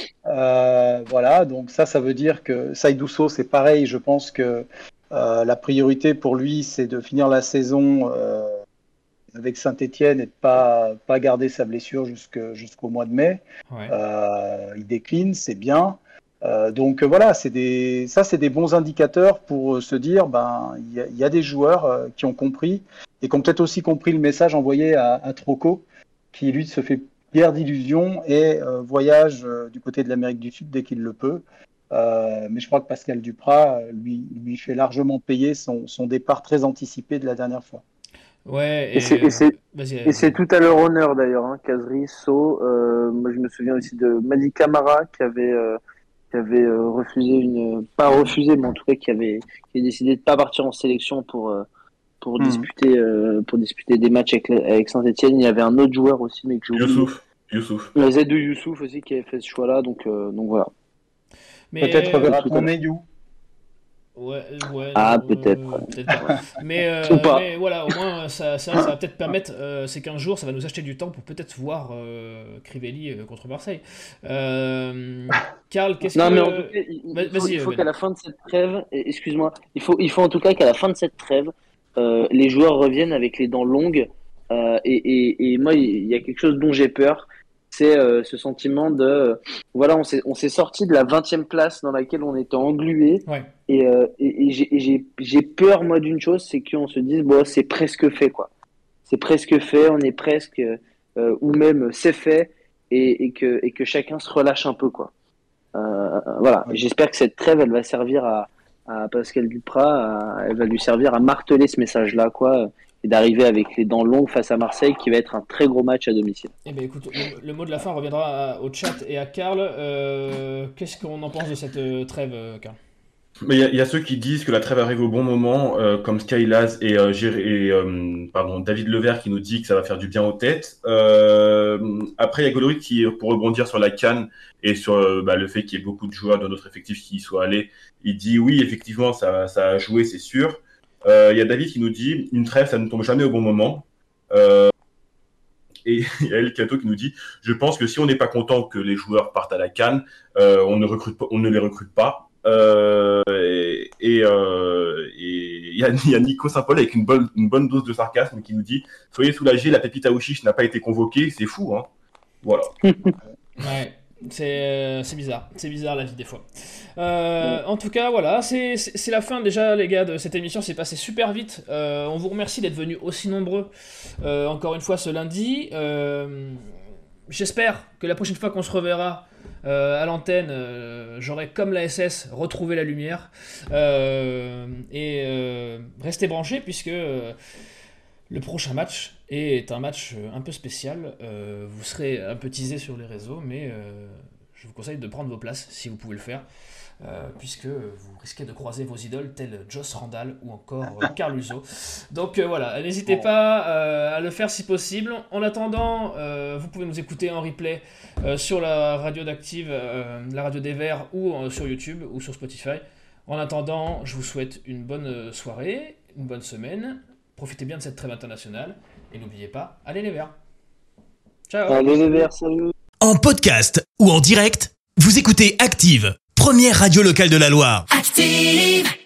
Euh, voilà, donc ça, ça veut dire que Saïd Ousso, c'est pareil. Je pense que euh, la priorité pour lui, c'est de finir la saison euh, avec Saint-Etienne et de pas pas garder sa blessure jusqu'au jusqu'au mois de mai. Ouais. Euh, il décline, c'est bien. Euh, donc voilà, c'est des ça c'est des bons indicateurs pour se dire ben il y, y a des joueurs euh, qui ont compris et qui ont peut-être aussi compris le message envoyé à, à Trocco, qui lui se fait guère d'illusions et euh, voyage euh, du côté de l'Amérique du Sud dès qu'il le peut. Euh, mais je crois que Pascal Duprat lui lui fait largement payer son son départ très anticipé de la dernière fois. Ouais, et, et c'est, et c'est, et c'est tout à leur honneur d'ailleurs, hein, Khazri, So. Euh, moi, je me souviens aussi de Madi Camara qui avait, euh, qui avait euh, refusé une, pas refusé, mais en tout cas qui avait, qui avait décidé de pas partir en sélection pour, euh, pour mmh. disputer, euh, pour disputer des matchs avec, avec Saint-Etienne. Il y avait un autre joueur aussi, mais que j'ai oublié. Youssouf. Youssouf. Le Z de Youssouf aussi qui avait fait ce choix-là, donc, euh, donc voilà. Mais peut-être verra-t-on Meyou. Ouais, ouais. Ah, euh, peut-être. peut-être pas. Mais, euh, mais voilà, au moins, ça, ça, ça va peut-être permettre, euh, ces quinze jours, ça va nous acheter du temps pour peut-être voir euh, Crivelli euh, contre Marseille. Euh, Karl, qu'est-ce non, que... mais en tout cas, il, il faut, il faut qu'à la fin de cette trêve, excuse-moi, il faut, il faut en tout cas qu'à la fin de cette trêve, euh, les joueurs reviennent avec les dents longues. Euh, et, et, et moi, il y a quelque chose dont j'ai peur. C'est euh, ce sentiment de euh, voilà, on s'est on s'est sorti de la vingtième place dans laquelle on était englué. Ouais. Et, euh, et, et j'ai, j'ai j'ai peur moi d'une chose, c'est qu'on se dise bon, c'est presque fait quoi. C'est presque fait, on est presque euh, ou même c'est fait et, et que et que chacun se relâche un peu quoi. Euh, voilà, ouais. J'espère que cette trêve elle va servir à à Pascal Duprat, à, elle va lui servir à marteler ce message là quoi. Et d'arriver avec les dents longues face à Marseille, qui va être un très gros match à domicile. Eh bien, écoute, le, le mot de la fin reviendra à, au chat et à Karl. Euh, qu'est-ce qu'on en pense de cette euh, trêve, euh, Karl? Mais il y, y a ceux qui disent que la trêve arrive au bon moment, euh, comme Skylaz et, euh, et euh, pardon, David Levert qui nous dit que ça va faire du bien aux têtes. Euh, après, il y a Goloric qui, pour rebondir sur la CAN et sur euh, bah, le fait qu'il y ait beaucoup de joueurs de notre effectif qui y soient allés, il dit oui, effectivement, ça, ça a joué, c'est sûr. Il euh, y a David qui nous dit une trêve, ça ne tombe jamais au bon moment. Euh, et il y a El Kato qui nous dit je pense que si on n'est pas content que les joueurs partent à la CAN, euh, on ne recrute pas, on ne les recrute pas. Euh, et il euh, y, y a Nico Saint-Paul avec une bonne, une bonne dose de sarcasme qui nous dit soyez soulagés, la pépite Aouchiche n'a pas été convoquée, c'est fou, hein. Voilà. Ouais. C'est, euh, c'est bizarre, c'est bizarre la vie des fois. Euh, ouais. En tout cas, voilà, c'est, c'est, c'est la fin déjà, les gars, de cette émission. C'est passé super vite. Euh, on vous remercie d'être venus aussi nombreux, euh, encore une fois, ce lundi. Euh, j'espère que la prochaine fois qu'on se reverra euh, à l'antenne, euh, j'aurai, comme la S S, retrouvé la lumière. Euh, et euh, restez branchés, puisque euh, le prochain match est un match un peu spécial. Euh, vous serez un peu teasé sur les réseaux, mais euh, je vous conseille de prendre vos places si vous pouvez le faire, euh, puisque vous risquez de croiser vos idoles tels Joss Randall ou encore euh, Carl Uso. Donc euh, voilà, n'hésitez pas euh, à le faire si possible. En attendant, euh, vous pouvez nous écouter en replay euh, sur la radio d'Active, euh, la radio des Verts, ou euh, sur YouTube ou sur Spotify. En attendant, je vous souhaite une bonne soirée, une bonne semaine. Profitez bien de cette trêve internationale. Et n'oubliez pas, allez les Verts. Ciao. Allez les Verts, salut. En podcast ou en direct, vous écoutez Active, première radio locale de la Loire. Active!